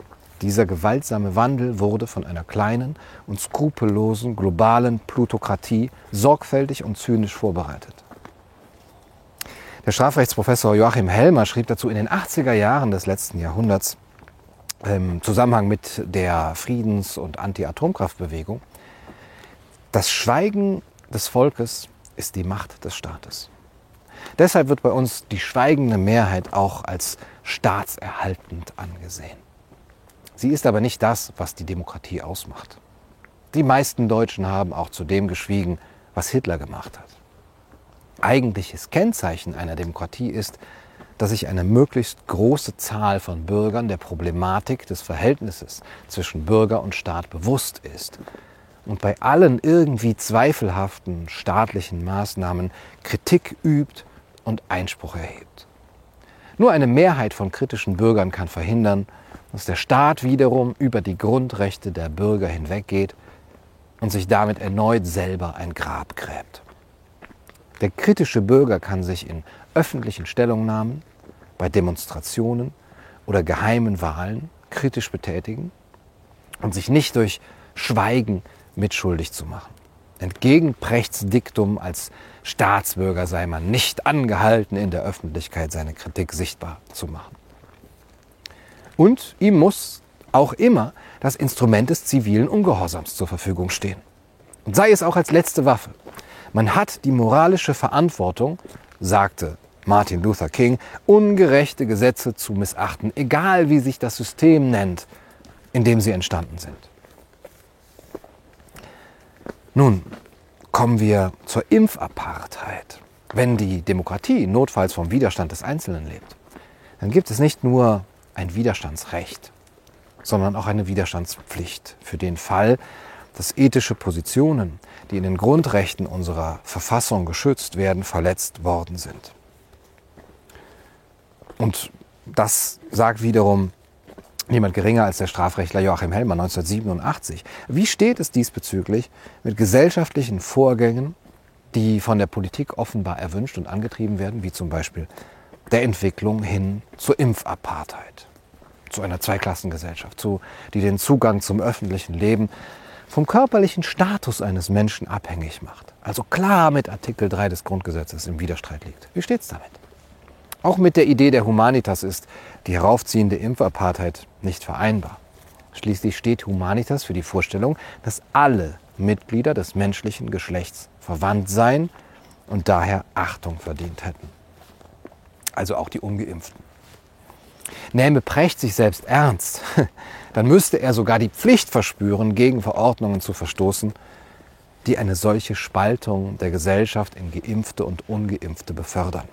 Dieser gewaltsame Wandel wurde von einer kleinen und skrupellosen globalen Plutokratie sorgfältig und zynisch vorbereitet. Der Strafrechtsprofessor Joachim Helmer schrieb dazu in den achtziger Jahren des letzten Jahrhunderts im Zusammenhang mit der Friedens- und Anti-Atomkraftbewegung: Das Schweigen des Volkes ist die Macht des Staates. Deshalb wird bei uns die schweigende Mehrheit auch als staatserhaltend angesehen. Sie ist aber nicht das, was die Demokratie ausmacht. Die meisten Deutschen haben auch zu dem geschwiegen, was Hitler gemacht hat. Eigentliches Kennzeichen einer Demokratie ist, dass sich eine möglichst große Zahl von Bürgern der Problematik des Verhältnisses zwischen Bürger und Staat bewusst ist und bei allen irgendwie zweifelhaften staatlichen Maßnahmen Kritik übt und Einspruch erhebt. Nur eine Mehrheit von kritischen Bürgern kann verhindern, dass der Staat wiederum über die Grundrechte der Bürger hinweggeht und sich damit erneut selber ein Grab gräbt. Der kritische Bürger kann sich in öffentlichen Stellungnahmen, bei Demonstrationen oder geheimen Wahlen kritisch betätigen und sich nicht durch Schweigen mitschuldig zu machen. Entgegen Prechts Diktum, als Staatsbürger sei man nicht angehalten, in der Öffentlichkeit seine Kritik sichtbar zu machen. Und ihm muss auch immer das Instrument des zivilen Ungehorsams zur Verfügung stehen. Und sei es auch als letzte Waffe. Man hat die moralische Verantwortung, sagte Martin Luther King, ungerechte Gesetze zu missachten, egal wie sich das System nennt, in dem sie entstanden sind. Nun kommen wir zur Impfapartheid. Wenn die Demokratie notfalls vom Widerstand des Einzelnen lebt, dann gibt es nicht nur ein Widerstandsrecht, sondern auch eine Widerstandspflicht für den Fall, dass ethische Positionen, die in den Grundrechten unserer Verfassung geschützt werden, verletzt worden sind. Und das sagt wiederum niemand geringer als der Strafrechtler Joachim Helmer neunzehnhundertsiebenundachtzig. Wie steht es diesbezüglich mit gesellschaftlichen Vorgängen, die von der Politik offenbar erwünscht und angetrieben werden, wie zum Beispiel der Entwicklung hin zur Impfapartheid, zu einer Zweiklassengesellschaft, zu, die den Zugang zum öffentlichen Leben vom körperlichen Status eines Menschen abhängig macht. Also klar mit Artikel drei des Grundgesetzes im Widerstreit liegt. Wie steht es damit? Auch mit der Idee der Humanitas ist die heraufziehende Impfapartheid nicht vereinbar. Schließlich steht Humanitas für die Vorstellung, dass alle Mitglieder des menschlichen Geschlechts verwandt seien und daher Achtung verdient hätten. Also auch die Ungeimpften. Nähme Precht sich selbst ernst, dann müsste er sogar die Pflicht verspüren, gegen Verordnungen zu verstoßen, die eine solche Spaltung der Gesellschaft in Geimpfte und Ungeimpfte befördern.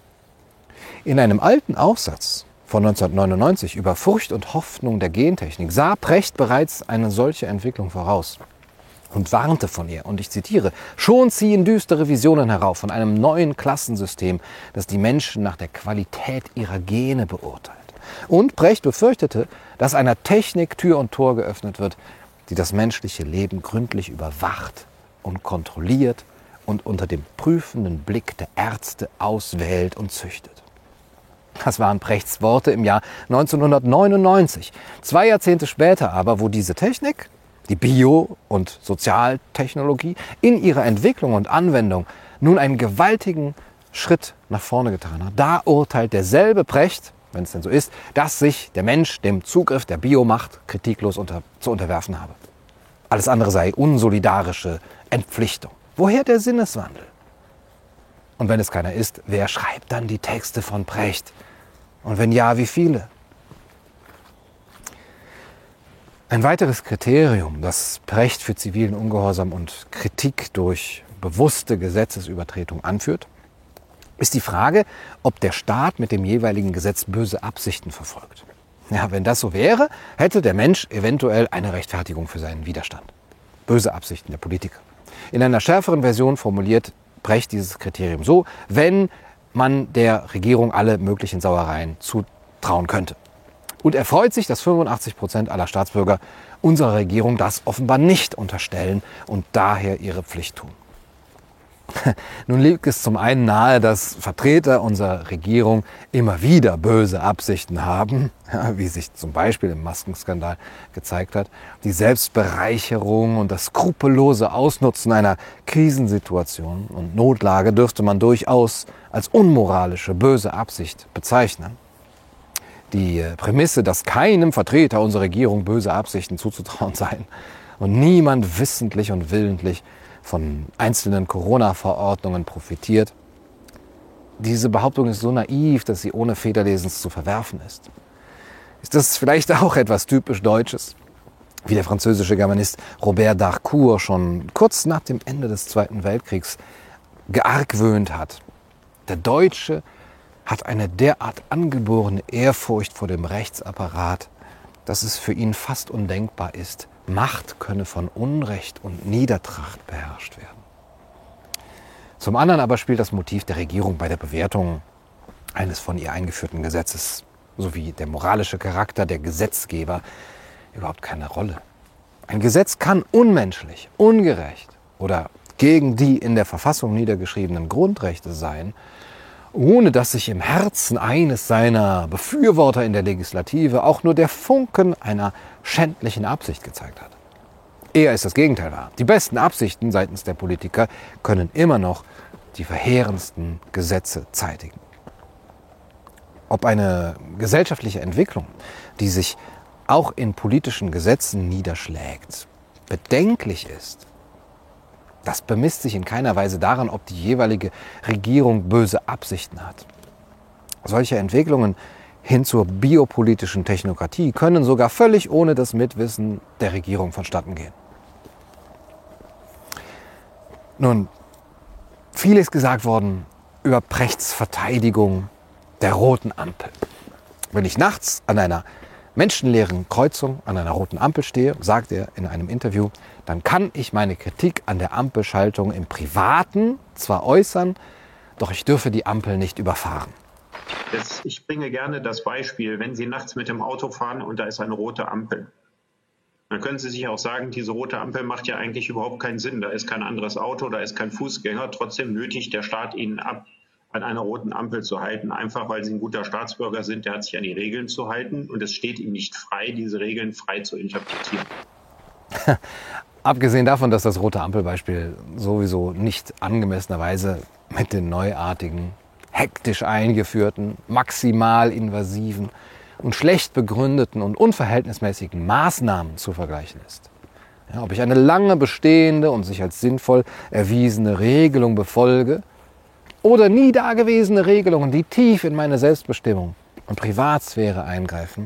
In einem alten Aufsatz von neunzehnhundertneunundneunzig über Furcht und Hoffnung der Gentechnik sah Precht bereits eine solche Entwicklung voraus und warnte von ihr. Und ich zitiere: Schon ziehen düstere Visionen herauf von einem neuen Klassensystem, das die Menschen nach der Qualität ihrer Gene beurteilt. Und Precht befürchtete, dass einer Technik Tür und Tor geöffnet wird, die das menschliche Leben gründlich überwacht und kontrolliert und unter dem prüfenden Blick der Ärzte auswählt und züchtet. Das waren Prechts Worte im Jahr neunzehnhundertneunundneunzig. Zwei Jahrzehnte später aber, wo diese Technik, die Bio- und Sozialtechnologie, in ihrer Entwicklung und Anwendung nun einen gewaltigen Schritt nach vorne getan hat, da urteilt derselbe Precht, wenn es denn so ist, dass sich der Mensch dem Zugriff der Biomacht kritiklos unter, zu unterwerfen habe. Alles andere sei unsolidarische Entpflichtung. Woher der Sinneswandel? Und wenn es keiner ist, wer schreibt dann die Texte von Precht? Und wenn ja, wie viele? Ein weiteres Kriterium, das Precht für zivilen Ungehorsam und Kritik durch bewusste Gesetzesübertretung anführt, ist die Frage, ob der Staat mit dem jeweiligen Gesetz böse Absichten verfolgt. Ja, wenn das so wäre, hätte der Mensch eventuell eine Rechtfertigung für seinen Widerstand. Böse Absichten der Politiker. In einer schärferen Version formuliert Precht dieses Kriterium so: wenn man der Regierung alle möglichen Sauereien zutrauen könnte. Und er freut sich, dass fünfundachtzig Prozent aller Staatsbürger unserer Regierung das offenbar nicht unterstellen und daher ihre Pflicht tun. Nun liegt es zum einen nahe, dass Vertreter unserer Regierung immer wieder böse Absichten haben, wie sich zum Beispiel im Maskenskandal gezeigt hat. Die Selbstbereicherung und das skrupellose Ausnutzen einer Krisensituation und Notlage dürfte man durchaus als unmoralische, böse Absicht bezeichnen. Die Prämisse, dass keinem Vertreter unserer Regierung böse Absichten zuzutrauen seien und niemand wissentlich und willentlich von einzelnen Corona-Verordnungen profitiert. Diese Behauptung ist so naiv, dass sie ohne Federlesens zu verwerfen ist. Ist das vielleicht auch etwas typisch Deutsches? Wie der französische Germanist Robert Darcourt schon kurz nach dem Ende des Zweiten Weltkriegs geargwöhnt hat. Der Deutsche hat eine derart angeborene Ehrfurcht vor dem Rechtsapparat, dass es für ihn fast undenkbar ist, Macht könne von Unrecht und Niedertracht beherrscht werden. Zum anderen aber spielt das Motiv der Regierung bei der Bewertung eines von ihr eingeführten Gesetzes sowie der moralische Charakter der Gesetzgeber überhaupt keine Rolle. Ein Gesetz kann unmenschlich, ungerecht oder gegen die in der Verfassung niedergeschriebenen Grundrechte sein, ohne dass sich im Herzen eines seiner Befürworter in der Legislative auch nur der Funken einer schändlichen Absicht gezeigt hat. Eher ist das Gegenteil wahr. Die besten Absichten seitens der Politiker können immer noch die verheerendsten Gesetze zeitigen. Ob eine gesellschaftliche Entwicklung, die sich auch in politischen Gesetzen niederschlägt, bedenklich ist, das bemisst sich in keiner Weise daran, ob die jeweilige Regierung böse Absichten hat. Solche Entwicklungen hin zur biopolitischen Technokratie können sogar völlig ohne das Mitwissen der Regierung vonstatten gehen. Nun, viel ist gesagt worden über Prechts Verteidigung der roten Ampel. Wenn ich nachts an einer menschenleeren Kreuzung an einer roten Ampel stehe, sagt er in einem Interview, dann kann ich meine Kritik an der Ampelschaltung im Privaten zwar äußern, doch ich dürfe die Ampel nicht überfahren. Das, ich bringe gerne das Beispiel, wenn Sie nachts mit dem Auto fahren und da ist eine rote Ampel. Dann können Sie sich auch sagen, diese rote Ampel macht ja eigentlich überhaupt keinen Sinn. Da ist kein anderes Auto, da ist kein Fußgänger. Trotzdem nötigt der Staat Ihnen ab, an einer roten Ampel zu halten, einfach weil Sie ein guter Staatsbürger sind, der hat sich an die Regeln zu halten und es steht Ihnen nicht frei, diese Regeln frei zu interpretieren. Abgesehen davon, dass das rote Ampelbeispiel sowieso nicht angemessenerweise mit den neuartigen, hektisch eingeführten, maximal invasiven und schlecht begründeten und unverhältnismäßigen Maßnahmen zu vergleichen ist. Ja, ob ich eine lange bestehende und sich als sinnvoll erwiesene Regelung befolge oder nie dagewesene Regelungen, die tief in meine Selbstbestimmung und Privatsphäre eingreifen,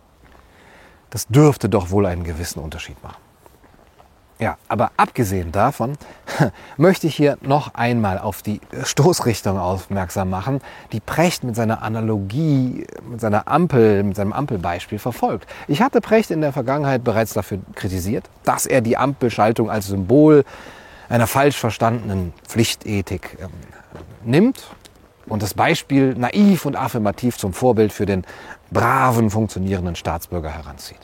das dürfte doch wohl einen gewissen Unterschied machen. Ja, aber abgesehen davon möchte ich hier noch einmal auf die Stoßrichtung aufmerksam machen, die Precht mit seiner Analogie, mit seiner Ampel, mit seinem Ampelbeispiel verfolgt. Ich hatte Precht in der Vergangenheit bereits dafür kritisiert, dass er die Ampelschaltung als Symbol einer falsch verstandenen Pflichtethik ähm, nimmt und das Beispiel naiv und affirmativ zum Vorbild für den braven, funktionierenden Staatsbürger heranzieht.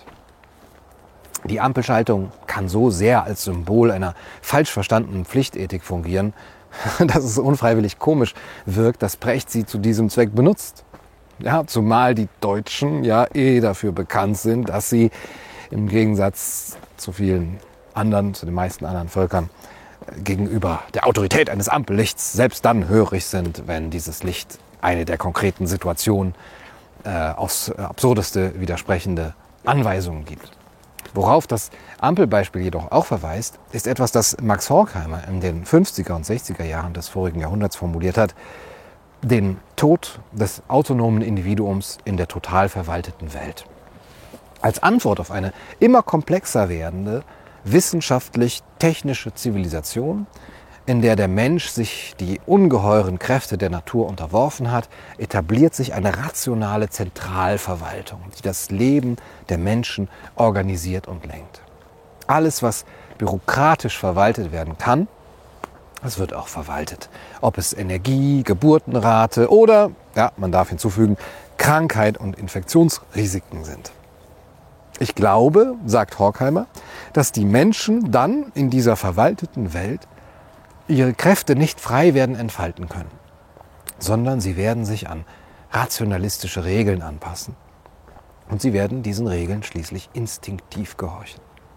Die Ampelschaltung kann so sehr als Symbol einer falsch verstandenen Pflichtethik fungieren, dass es unfreiwillig komisch wirkt, dass Precht sie zu diesem Zweck benutzt. Ja, zumal die Deutschen ja eh dafür bekannt sind, dass sie im Gegensatz zu vielen anderen, zu den meisten anderen Völkern, gegenüber der Autorität eines Ampellichts selbst dann hörig sind, wenn dieses Licht eine der konkreten Situationen äh, aufs Absurdeste widersprechende Anweisungen gibt. Worauf das Ampelbeispiel jedoch auch verweist, ist etwas, das Max Horkheimer in den fünfziger und sechziger Jahren des vorigen Jahrhunderts formuliert hat: den Tod des autonomen Individuums in der total verwalteten Welt. Als Antwort auf eine immer komplexer werdende, wissenschaftlich-technische Zivilisation, in der der Mensch sich die ungeheuren Kräfte der Natur unterworfen hat, etabliert sich eine rationale Zentralverwaltung, die das Leben der Menschen organisiert und lenkt. Alles, was bürokratisch verwaltet werden kann, das wird auch verwaltet. Ob es Energie, Geburtenrate oder, ja, man darf hinzufügen, Krankheit und Infektionsrisiken sind. Ich glaube, sagt Horkheimer, dass die Menschen dann in dieser verwalteten Welt ihre Kräfte nicht frei werden entfalten können, sondern sie werden sich an rationalistische Regeln anpassen und sie werden diesen Regeln schließlich instinktiv gehorchen.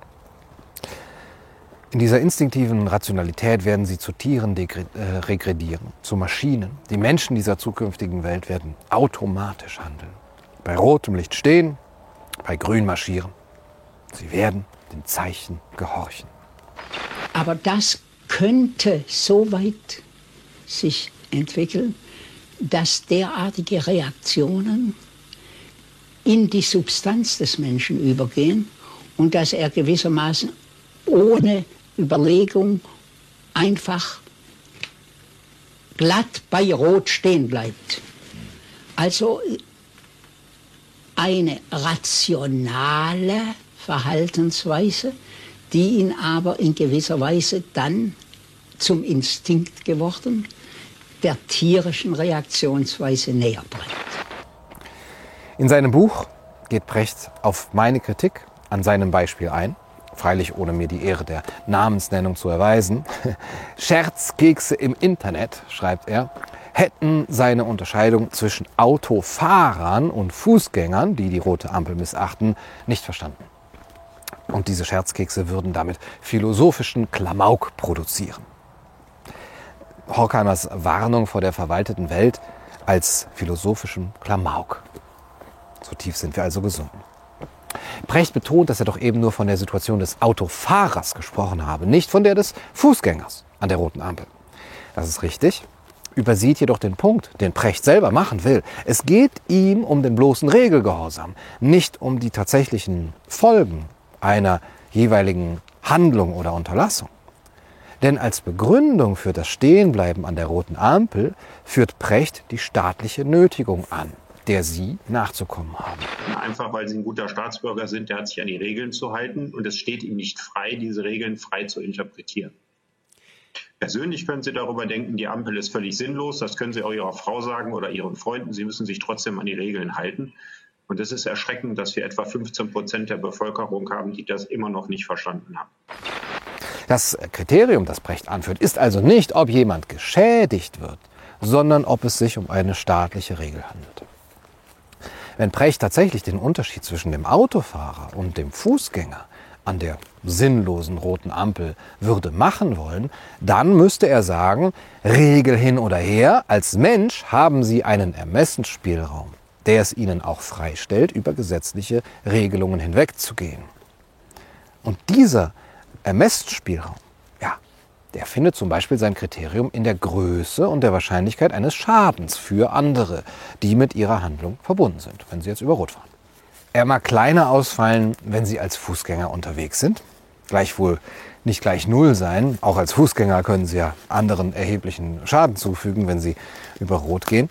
In dieser instinktiven Rationalität werden sie zu Tieren regredieren, zu Maschinen. Die Menschen dieser zukünftigen Welt werden automatisch handeln. Bei rotem Licht stehen, bei grün marschieren. Sie werden den Zeichen gehorchen. Aber das könnte so weit sich entwickeln, dass derartige Reaktionen in die Substanz des Menschen übergehen und dass er gewissermaßen ohne Überlegung einfach glatt bei Rot stehen bleibt. Also eine rationale Verhaltensweise, die ihn aber in gewisser Weise dann zum Instinkt geworden, der tierischen Reaktionsweise näher bringt. In seinem Buch geht Precht auf meine Kritik an seinem Beispiel ein, freilich ohne mir die Ehre der Namensnennung zu erweisen. Scherzkekse im Internet, schreibt er, hätten seine Unterscheidung zwischen Autofahrern und Fußgängern, die die rote Ampel missachten, nicht verstanden. Und diese Scherzkekse würden damit philosophischen Klamauk produzieren. Horkheimers Warnung vor der verwalteten Welt als philosophischem Klamauk. So tief sind wir also gesunken. Precht betont, dass er doch eben nur von der Situation des Autofahrers gesprochen habe, nicht von der des Fußgängers an der roten Ampel. Das ist richtig, übersieht jedoch den Punkt, den Precht selber machen will. Es geht ihm um den bloßen Regelgehorsam, nicht um die tatsächlichen Folgen einer jeweiligen Handlung oder Unterlassung. Denn als Begründung für das Stehenbleiben an der roten Ampel führt Precht die staatliche Nötigung an, der sie nachzukommen haben. Einfach weil sie ein guter Staatsbürger sind, der hat sich an die Regeln zu halten und es steht ihm nicht frei, diese Regeln frei zu interpretieren. Persönlich können Sie darüber denken, die Ampel ist völlig sinnlos, das können Sie auch Ihrer Frau sagen oder Ihren Freunden, Sie müssen sich trotzdem an die Regeln halten. Und es ist erschreckend, dass wir etwa fünfzehn Prozent der Bevölkerung haben, die das immer noch nicht verstanden haben. Das Kriterium, das Precht anführt, ist also nicht, ob jemand geschädigt wird, sondern ob es sich um eine staatliche Regel handelt. Wenn Precht tatsächlich den Unterschied zwischen dem Autofahrer und dem Fußgänger an der sinnlosen roten Ampel würde machen wollen, dann müsste er sagen, Regel hin oder her, als Mensch haben Sie einen Ermessensspielraum, der es Ihnen auch freistellt, über gesetzliche Regelungen hinwegzugehen. Und dieser Ermessensspielraum, ja, der findet zum Beispiel sein Kriterium in der Größe und der Wahrscheinlichkeit eines Schadens für andere, die mit ihrer Handlung verbunden sind, wenn sie jetzt über Rot fahren. Er mag kleiner ausfallen, wenn Sie als Fußgänger unterwegs sind, gleichwohl nicht gleich null sein. Auch als Fußgänger können Sie ja anderen erheblichen Schaden zufügen, wenn Sie über Rot gehen.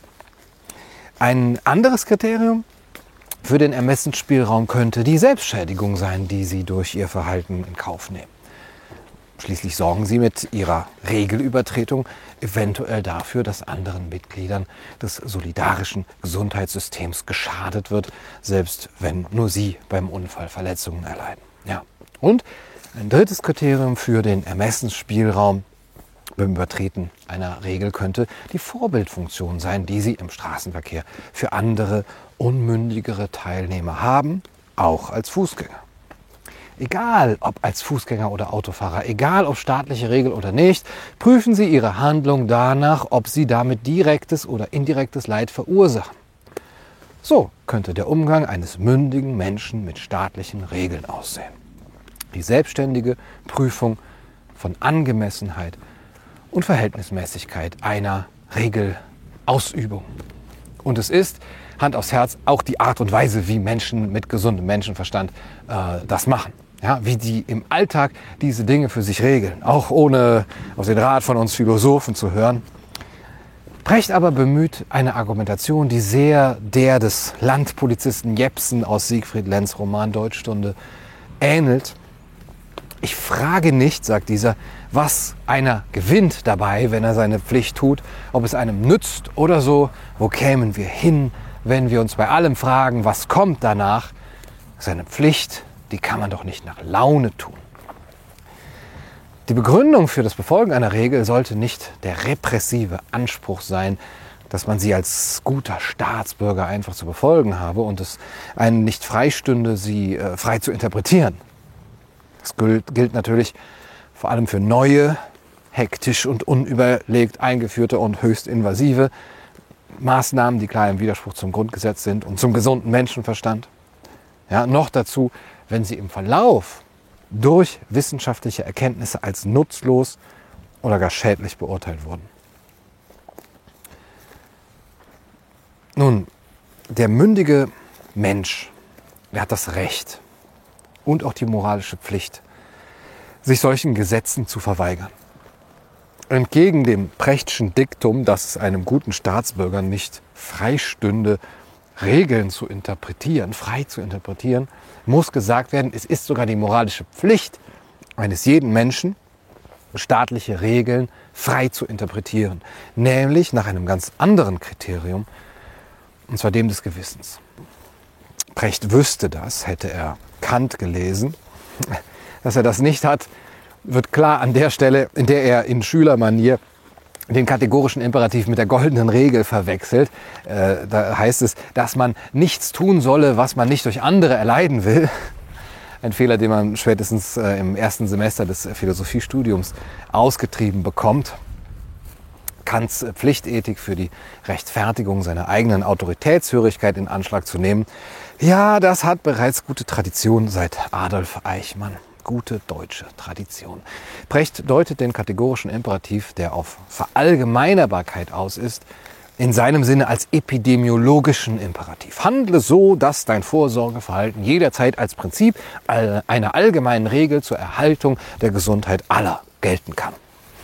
Ein anderes Kriterium für den Ermessensspielraum könnte die Selbstschädigung sein, die Sie durch Ihr Verhalten in Kauf nehmen. Schließlich sorgen Sie mit Ihrer Regelübertretung eventuell dafür, dass anderen Mitgliedern des solidarischen Gesundheitssystems geschadet wird, selbst wenn nur Sie beim Unfall Verletzungen erleiden. Ja. Und ein drittes Kriterium für den Ermessensspielraum beim Übertreten einer Regel könnte die Vorbildfunktion sein, die Sie im Straßenverkehr für andere unmündigere Teilnehmer haben, auch als Fußgänger. Egal, ob als Fußgänger oder Autofahrer, egal, ob staatliche Regel oder nicht, prüfen Sie Ihre Handlung danach, ob Sie damit direktes oder indirektes Leid verursachen. So könnte der Umgang eines mündigen Menschen mit staatlichen Regeln aussehen. Die selbstständige Prüfung von Angemessenheit und Verhältnismäßigkeit einer Regelausübung. Und es ist, Hand aufs Herz, auch die Art und Weise, wie Menschen mit gesundem Menschenverstand äh, das machen. Ja, wie die im Alltag diese Dinge für sich regeln, auch ohne auf den Rat von uns Philosophen zu hören. Precht aber bemüht eine Argumentation, die sehr der des Landpolizisten Jepsen aus Siegfried Lenz Roman Deutschstunde ähnelt. Ich frage nicht, sagt dieser, was einer gewinnt dabei, wenn er seine Pflicht tut, ob es einem nützt oder so. Wo kämen wir hin, wenn wir uns bei allem fragen, was kommt danach? Seine Pflicht, die kann man doch nicht nach Laune tun. Die Begründung für das Befolgen einer Regel sollte nicht der repressive Anspruch sein, dass man sie als guter Staatsbürger einfach zu befolgen habe und es einen nicht freistünde, sie äh, frei zu interpretieren. Das gilt, gilt natürlich vor allem für neue, hektisch und unüberlegt eingeführte und höchst invasive Maßnahmen, die klar im Widerspruch zum Grundgesetz sind und zum gesunden Menschenverstand. Ja, noch dazu, wenn sie im Verlauf durch wissenschaftliche Erkenntnisse als nutzlos oder gar schädlich beurteilt wurden. Nun, der mündige Mensch, der hat das Recht und auch die moralische Pflicht, sich solchen Gesetzen zu verweigern. Entgegen dem Brechtschen Diktum, dass es einem guten Staatsbürger nicht freistünde, Regeln zu interpretieren, frei zu interpretieren, muss gesagt werden, es ist sogar die moralische Pflicht eines jeden Menschen, staatliche Regeln frei zu interpretieren. Nämlich nach einem ganz anderen Kriterium, und zwar dem des Gewissens. Brecht wüsste das, hätte er Kant gelesen. Dass er das nicht hat, wird klar an der Stelle, in der er in Schülermanier den kategorischen Imperativ mit der goldenen Regel verwechselt. Äh, da heißt es, dass man nichts tun solle, was man nicht durch andere erleiden will. Ein Fehler, den man spätestens äh, im ersten Semester des Philosophiestudiums ausgetrieben bekommt. Kants Pflichtethik für die Rechtfertigung seiner eigenen Autoritätshörigkeit in Anschlag zu nehmen. Ja, das hat bereits gute Tradition seit Adolf Eichmann. Gute deutsche Tradition. Brecht deutet den kategorischen Imperativ, der auf Verallgemeinerbarkeit aus ist, in seinem Sinne als epidemiologischen Imperativ. Handle so, dass dein Vorsorgeverhalten jederzeit als Prinzip einer allgemeinen Regel zur Erhaltung der Gesundheit aller gelten kann.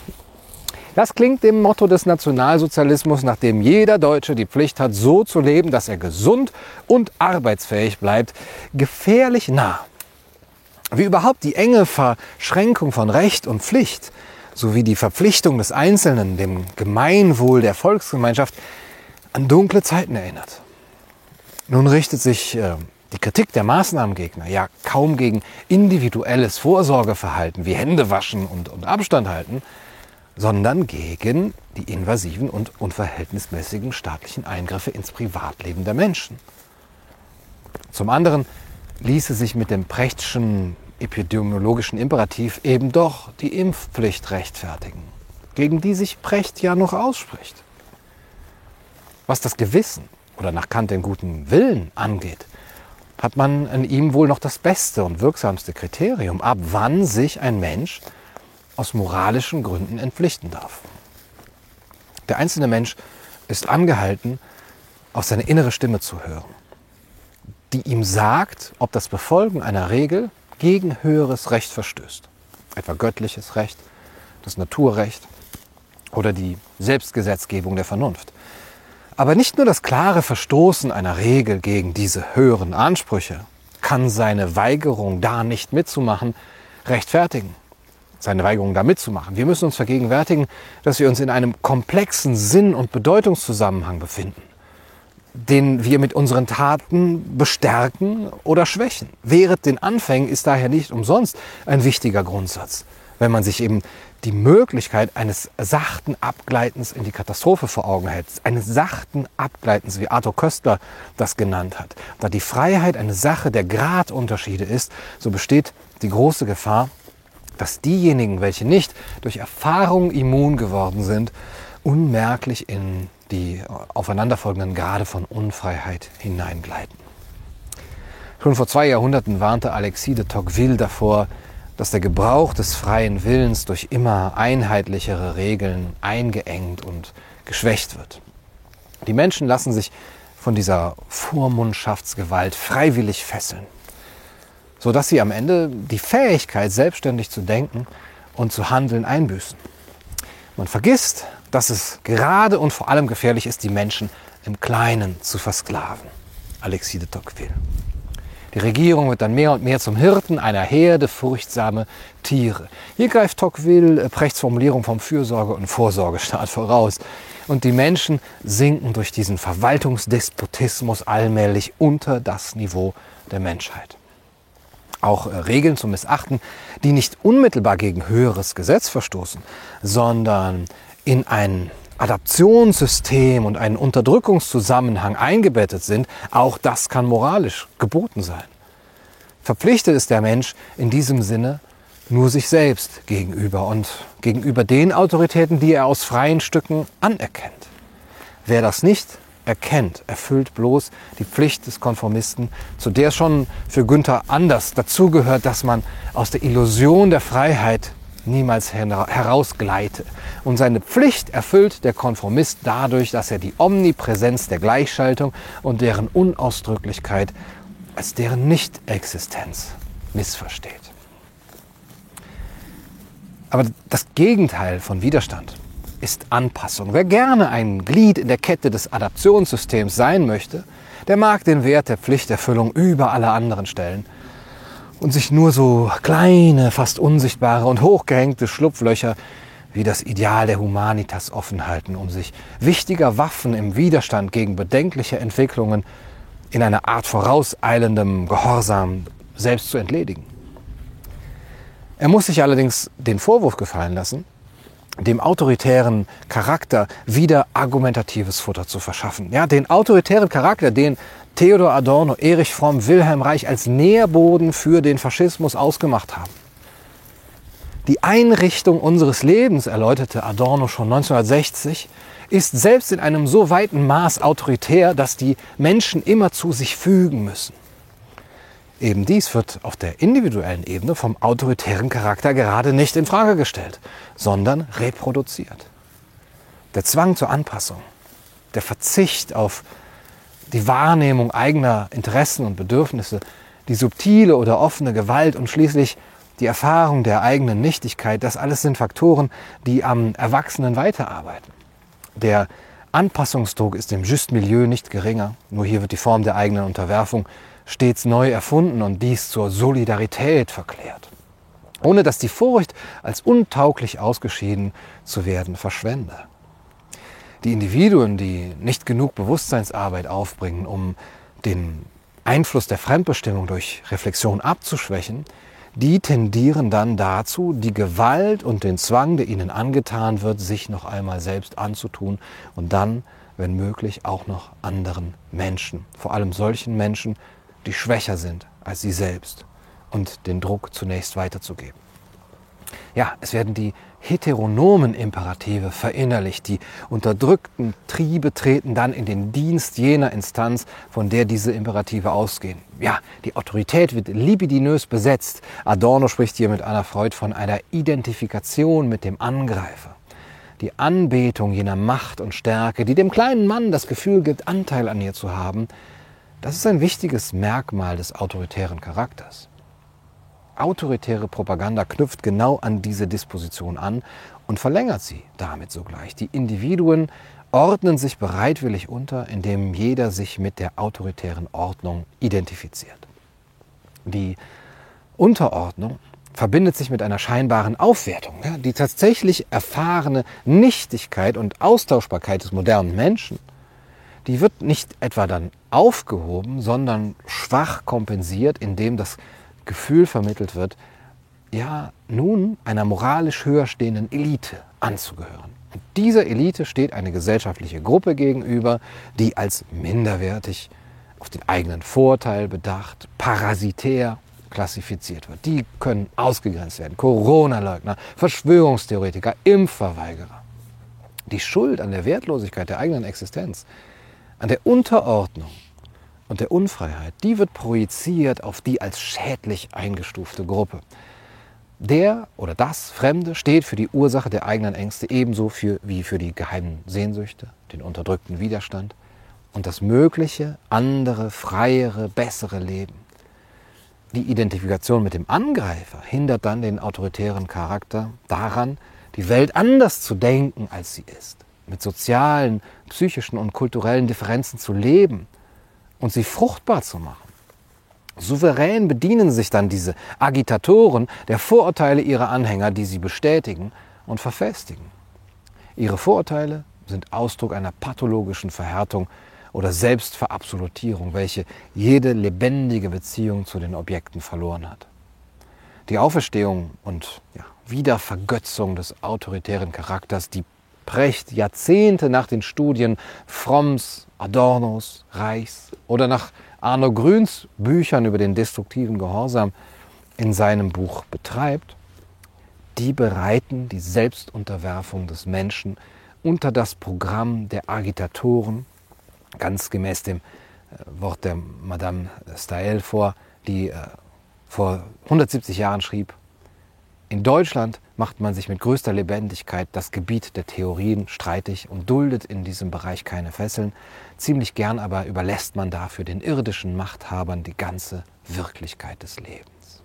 Das klingt dem Motto des Nationalsozialismus, nach dem jeder Deutsche die Pflicht hat, so zu leben, dass er gesund und arbeitsfähig bleibt, gefährlich nah. Wie überhaupt die enge Verschränkung von Recht und Pflicht sowie die Verpflichtung des Einzelnen dem Gemeinwohl der Volksgemeinschaft an dunkle Zeiten erinnert. Nun richtet sich äh, die Kritik der Maßnahmengegner ja kaum gegen individuelles Vorsorgeverhalten wie Händewaschen und, und Abstand halten, sondern gegen die invasiven und unverhältnismäßigen staatlichen Eingriffe ins Privatleben der Menschen. Zum anderen ließe sich mit dem Brechtschen epidemiologischen Imperativ eben doch die Impfpflicht rechtfertigen, gegen die sich Brecht ja noch ausspricht. Was das Gewissen oder nach Kant den guten Willen angeht, hat man in ihm wohl noch das beste und wirksamste Kriterium, ab wann sich ein Mensch aus moralischen Gründen entpflichten darf. Der einzelne Mensch ist angehalten, auf seine innere Stimme zu hören, die ihm sagt, ob das Befolgen einer Regel gegen höheres Recht verstößt. Etwa göttliches Recht, das Naturrecht oder die Selbstgesetzgebung der Vernunft. Aber nicht nur das klare Verstoßen einer Regel gegen diese höheren Ansprüche kann seine Weigerung, da nicht mitzumachen, rechtfertigen. Seine Weigerung, da mitzumachen. Wir müssen uns vergegenwärtigen, dass wir uns in einem komplexen Sinn- und Bedeutungszusammenhang befinden, den wir mit unseren Taten bestärken oder schwächen. Während den Anfängen ist daher nicht umsonst ein wichtiger Grundsatz, wenn man sich eben die Möglichkeit eines sachten Abgleitens in die Katastrophe vor Augen hält. Eines sachten Abgleitens, wie Arthur Koestler das genannt hat. Da die Freiheit eine Sache der Gradunterschiede ist, so besteht die große Gefahr, dass diejenigen, welche nicht durch Erfahrung immun geworden sind, unmerklich in die aufeinanderfolgenden Grade von Unfreiheit hineingleiten. Schon vor zwei Jahrhunderten warnte Alexis de Tocqueville davor, dass der Gebrauch des freien Willens durch immer einheitlichere Regeln eingeengt und geschwächt wird. Die Menschen lassen sich von dieser Vormundschaftsgewalt freiwillig fesseln, sodass sie am Ende die Fähigkeit, selbstständig zu denken und zu handeln, einbüßen. Man vergisst, dass es gerade und vor allem gefährlich ist, die Menschen im Kleinen zu versklaven. Alexis de Tocqueville. Die Regierung wird dann mehr und mehr zum Hirten einer Herde furchtsame Tiere. Hier greift Tocqueville Brechts Formulierung vom Fürsorge- und Vorsorgestaat voraus. Und die Menschen sinken durch diesen Verwaltungsdespotismus allmählich unter das Niveau der Menschheit. auch äh, Regeln zu missachten, die nicht unmittelbar gegen höheres Gesetz verstoßen, sondern in ein Adaptionssystem und einen Unterdrückungszusammenhang eingebettet sind, auch das kann moralisch geboten sein. Verpflichtet ist der Mensch in diesem Sinne nur sich selbst gegenüber und gegenüber den Autoritäten, die er aus freien Stücken anerkennt. Wer das nicht erkennt, erfüllt bloß die Pflicht des Konformisten, zu der schon für Günther Anders dazugehört, dass man aus der Illusion der Freiheit niemals herausgleite. Und seine Pflicht erfüllt der Konformist dadurch, dass er die Omnipräsenz der Gleichschaltung und deren Unausdrücklichkeit als deren Nichtexistenz missversteht. Aber das Gegenteil von Widerstand ist Anpassung. Wer gerne ein Glied in der Kette des Adaptionssystems sein möchte, der mag den Wert der Pflichterfüllung über alle anderen stellen und sich nur so kleine, fast unsichtbare und hochgehängte Schlupflöcher wie das Ideal der Humanitas offen halten, um sich wichtiger Waffen im Widerstand gegen bedenkliche Entwicklungen in einer Art vorauseilendem Gehorsam selbst zu entledigen. Er muss sich allerdings den Vorwurf gefallen lassen, dem autoritären Charakter wieder argumentatives Futter zu verschaffen. Ja, den autoritären Charakter, den Theodor Adorno, Erich Fromm, Wilhelm Reich als Nährboden für den Faschismus ausgemacht haben. Die Einrichtung unseres Lebens, erläuterte Adorno schon neunzehnhundertsechzig, ist selbst in einem so weiten Maß autoritär, dass die Menschen immer zu sich fügen müssen. Eben dies wird auf der individuellen Ebene vom autoritären Charakter gerade nicht in Frage gestellt, sondern reproduziert. Der Zwang zur Anpassung, der Verzicht auf die Wahrnehmung eigener Interessen und Bedürfnisse, die subtile oder offene Gewalt und schließlich die Erfahrung der eigenen Nichtigkeit, das alles sind Faktoren, die am Erwachsenen weiterarbeiten. Der Anpassungsdruck ist im Juste Milieu nicht geringer, nur hier wird die Form der eigenen Unterwerfung stets neu erfunden und dies zur Solidarität verklärt, ohne dass die Furcht, als untauglich ausgeschieden zu werden, verschwende. Die Individuen, die nicht genug Bewusstseinsarbeit aufbringen, um den Einfluss der Fremdbestimmung durch Reflexion abzuschwächen, die tendieren dann dazu, die Gewalt und den Zwang, der ihnen angetan wird, sich noch einmal selbst anzutun und dann, wenn möglich, auch noch anderen Menschen, vor allem solchen Menschen, die schwächer sind als sie selbst und den Druck zunächst weiterzugeben. Ja, es werden die heteronomen Imperative verinnerlicht. Die unterdrückten Triebe treten dann in den Dienst jener Instanz, von der diese Imperative ausgehen. Ja, die Autorität wird libidinös besetzt. Adorno spricht hier mit Anna Freud von einer Identifikation mit dem Angreifer. Die Anbetung jener Macht und Stärke, die dem kleinen Mann das Gefühl gibt, Anteil an ihr zu haben, das ist ein wichtiges Merkmal des autoritären Charakters. Autoritäre Propaganda knüpft genau an diese Disposition an und verlängert sie damit sogleich. Die Individuen ordnen sich bereitwillig unter, indem jeder sich mit der autoritären Ordnung identifiziert. Die Unterordnung verbindet sich mit einer scheinbaren Aufwertung. Ja, die tatsächlich erfahrene Nichtigkeit und Austauschbarkeit des modernen Menschen, die wird nicht etwa dann aufgehoben, sondern schwach kompensiert, indem das Gefühl vermittelt wird, ja, nun einer moralisch höher stehenden Elite anzugehören. Und dieser Elite steht eine gesellschaftliche Gruppe gegenüber, die als minderwertig, auf den eigenen Vorteil bedacht, parasitär klassifiziert wird. Die können ausgegrenzt werden. Corona-Leugner, Verschwörungstheoretiker, Impfverweigerer. Die Schuld an der Wertlosigkeit der eigenen Existenz, an der Unterordnung und der Unfreiheit, die wird projiziert auf die als schädlich eingestufte Gruppe. Der oder das Fremde steht für die Ursache der eigenen Ängste ebenso für, wie für die geheimen Sehnsüchte, den unterdrückten Widerstand und das mögliche, andere, freiere, bessere Leben. Die Identifikation mit dem Angreifer hindert dann den autoritären Charakter daran, die Welt anders zu denken, als sie ist, mit sozialen, psychischen und kulturellen Differenzen zu leben und sie fruchtbar zu machen. Souverän bedienen sich dann diese Agitatoren der Vorurteile ihrer Anhänger, die sie bestätigen und verfestigen. Ihre Vorurteile sind Ausdruck einer pathologischen Verhärtung oder Selbstverabsolutierung, welche jede lebendige Beziehung zu den Objekten verloren hat. die Auferstehung und ja, Wiedervergötzung des autoritären Charakters, die Precht Jahrzehnte nach den Studien Fromms, Adornos, Reichs oder nach Arno Grüns Büchern über den destruktiven Gehorsam in seinem Buch betreibt, die bereiten die Selbstunterwerfung des Menschen unter das Programm der Agitatoren, ganz gemäß dem Wort der Madame Staël vor, die äh, vor hundertsiebzig Jahren schrieb: In Deutschland macht man sich mit größter Lebendigkeit das Gebiet der Theorien streitig und duldet in diesem Bereich keine Fesseln. Ziemlich gern aber überlässt man dafür den irdischen Machthabern die ganze Wirklichkeit des Lebens.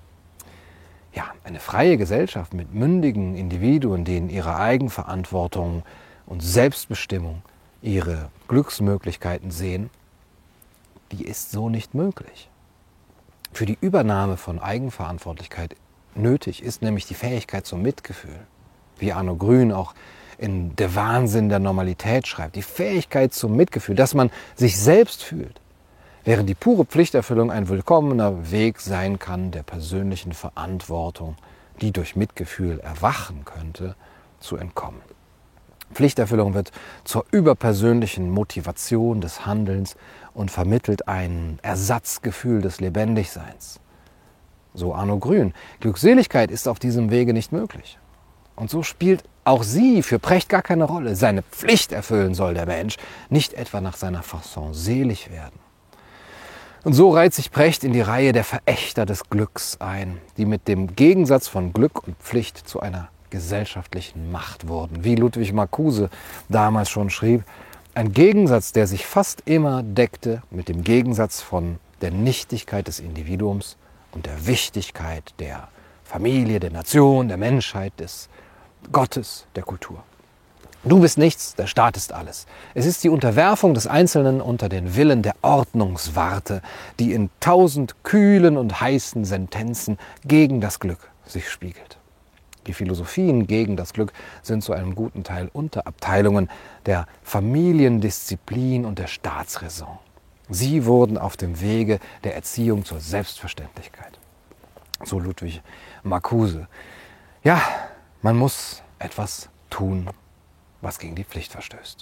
Ja, eine freie Gesellschaft mit mündigen Individuen, die in ihrer Eigenverantwortung und Selbstbestimmung ihre Glücksmöglichkeiten sehen, die ist so nicht möglich. Für die Übernahme von Eigenverantwortlichkeit nötig ist nämlich die Fähigkeit zum Mitgefühl, wie Arno Grün auch in Der Wahnsinn der Normalität schreibt, die Fähigkeit zum Mitgefühl, dass man sich selbst fühlt, während die pure Pflichterfüllung ein willkommener Weg sein kann, der persönlichen Verantwortung, die durch Mitgefühl erwachen könnte, zu entkommen. Pflichterfüllung wird zur überpersönlichen Motivation des Handelns und vermittelt ein Ersatzgefühl des Lebendigseins. So Arno Grün. Glückseligkeit ist auf diesem Wege nicht möglich. Und so spielt auch sie für Precht gar keine Rolle. Seine Pflicht erfüllen soll der Mensch, nicht etwa nach seiner Fasson selig werden. Und so reiht sich Precht in die Reihe der Verächter des Glücks ein, die mit dem Gegensatz von Glück und Pflicht zu einer gesellschaftlichen Macht wurden. Wie Ludwig Marcuse damals schon schrieb, ein Gegensatz, der sich fast immer deckte mit dem Gegensatz von der Nichtigkeit des Individuums und der Wichtigkeit der Familie, der Nation, der Menschheit, des Gottes, der Kultur. Du bist nichts, der Staat ist alles. Es ist die Unterwerfung des Einzelnen unter den Willen der Ordnungswarte, die in tausend kühlen und heißen Sentenzen gegen das Glück sich spiegelt. Die Philosophien gegen das Glück sind zu einem guten Teil Unterabteilungen der Familiendisziplin und der Staatsräson. Sie wurden auf dem Wege der Erziehung zur Selbstverständlichkeit. So Ludwig Marcuse. Ja, man muss etwas tun, was gegen die Pflicht verstößt.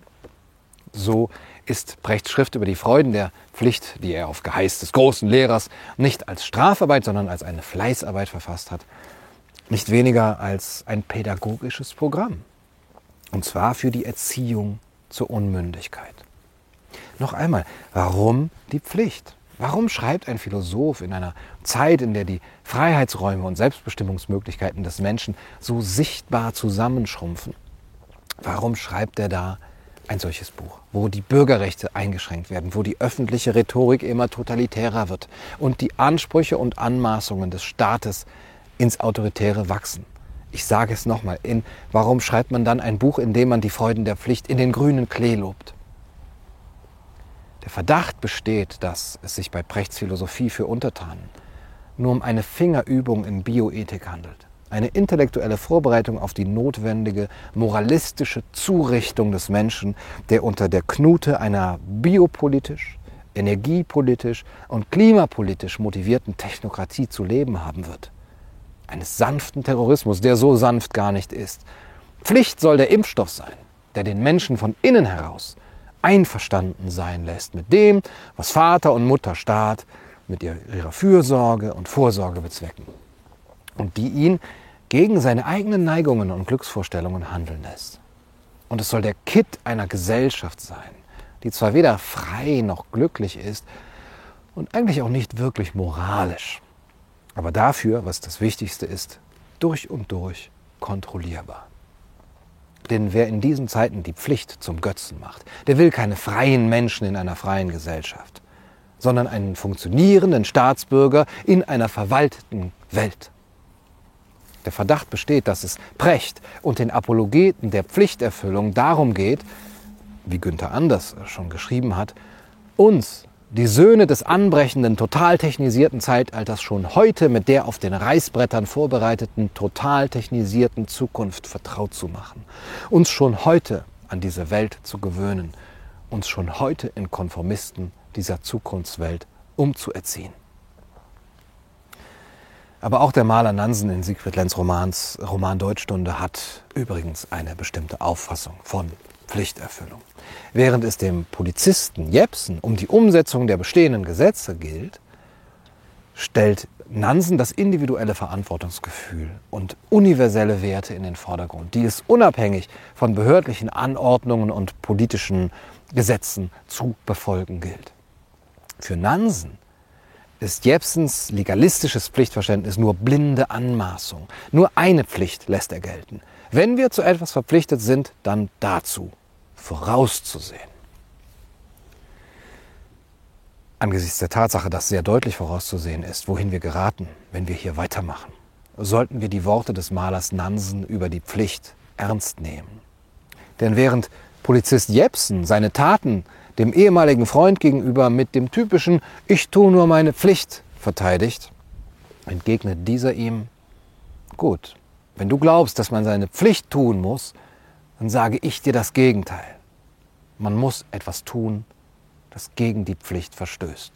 So ist Prechts Schrift über die Freuden der Pflicht, die er auf Geheiß des großen Lehrers nicht als Strafarbeit, sondern als eine Fleißarbeit verfasst hat, nicht weniger als ein pädagogisches Programm. Und zwar für die Erziehung zur Unmündigkeit. Noch einmal, warum die Pflicht? Warum schreibt ein Philosoph in einer Zeit, in der die Freiheitsräume und Selbstbestimmungsmöglichkeiten des Menschen so sichtbar zusammenschrumpfen, warum schreibt er da ein solches Buch, wo die Bürgerrechte eingeschränkt werden, wo die öffentliche Rhetorik immer totalitärer wird und die Ansprüche und Anmaßungen des Staates ins Autoritäre wachsen? Ich sage es nochmal, in warum schreibt man dann ein Buch, in dem man die Freuden der Pflicht in den grünen Klee lobt? Der Verdacht besteht, dass es sich bei Prechts Philosophie für Untertanen nur um eine Fingerübung in Bioethik handelt. Eine intellektuelle Vorbereitung auf die notwendige moralistische Zurichtung des Menschen, der unter der Knute einer biopolitisch, energiepolitisch und klimapolitisch motivierten Technokratie zu leben haben wird. Eines sanften Terrorismus, der so sanft gar nicht ist. Pflicht soll der Impfstoff sein, der den Menschen von innen heraus einverstanden sein lässt mit dem, was Vater und Mutter Staat mit ihrer Fürsorge und Vorsorge bezwecken und die ihn gegen seine eigenen Neigungen und Glücksvorstellungen handeln lässt. Und es soll der Kitt einer Gesellschaft sein, die zwar weder frei noch glücklich ist und eigentlich auch nicht wirklich moralisch, aber dafür, was das Wichtigste ist, durch und durch kontrollierbar. Denn wer in diesen Zeiten die Pflicht zum Götzen macht, der will keine freien Menschen in einer freien Gesellschaft, sondern einen funktionierenden Staatsbürger in einer verwalteten Welt. Der Verdacht besteht, dass es Precht und den Apologeten der Pflichterfüllung darum geht, wie Günther Anders schon geschrieben hat, uns, die Söhne des anbrechenden, total technisierten Zeitalters, schon heute mit der auf den Reißbrettern vorbereiteten, total technisierten Zukunft vertraut zu machen. Uns schon heute an diese Welt zu gewöhnen. Uns schon heute in Konformisten dieser Zukunftswelt umzuerziehen. Aber auch der Maler Nansen in Siegfried Lenz Romans Roman Deutschstunde hat übrigens eine bestimmte Auffassung von Pflichterfüllung. Während es dem Polizisten Jepsen um die Umsetzung der bestehenden Gesetze gilt, stellt Nansen das individuelle Verantwortungsgefühl und universelle Werte in den Vordergrund, die es unabhängig von behördlichen Anordnungen und politischen Gesetzen zu befolgen gilt. Für Nansen ist Jepsens legalistisches Pflichtverständnis nur blinde Anmaßung. Nur eine Pflicht lässt er gelten. Wenn wir zu etwas verpflichtet sind, dann dazu, vorauszusehen. Angesichts der Tatsache, dass sehr deutlich vorauszusehen ist, wohin wir geraten, wenn wir hier weitermachen, sollten wir die Worte des Malers Nansen über die Pflicht ernst nehmen. Denn während Polizist Jepsen seine Taten dem ehemaligen Freund gegenüber mit dem typischen „Ich tue nur meine Pflicht" verteidigt, entgegnet dieser ihm: Gut, wenn du glaubst, dass man seine Pflicht tun muss, dann sage ich dir das Gegenteil. Man muss etwas tun, das gegen die Pflicht verstößt.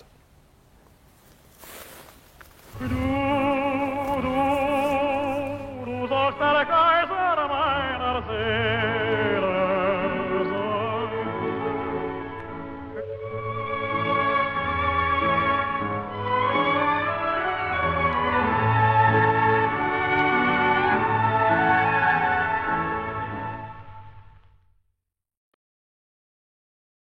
Du, du, du sollst der Kaiser meiner Seele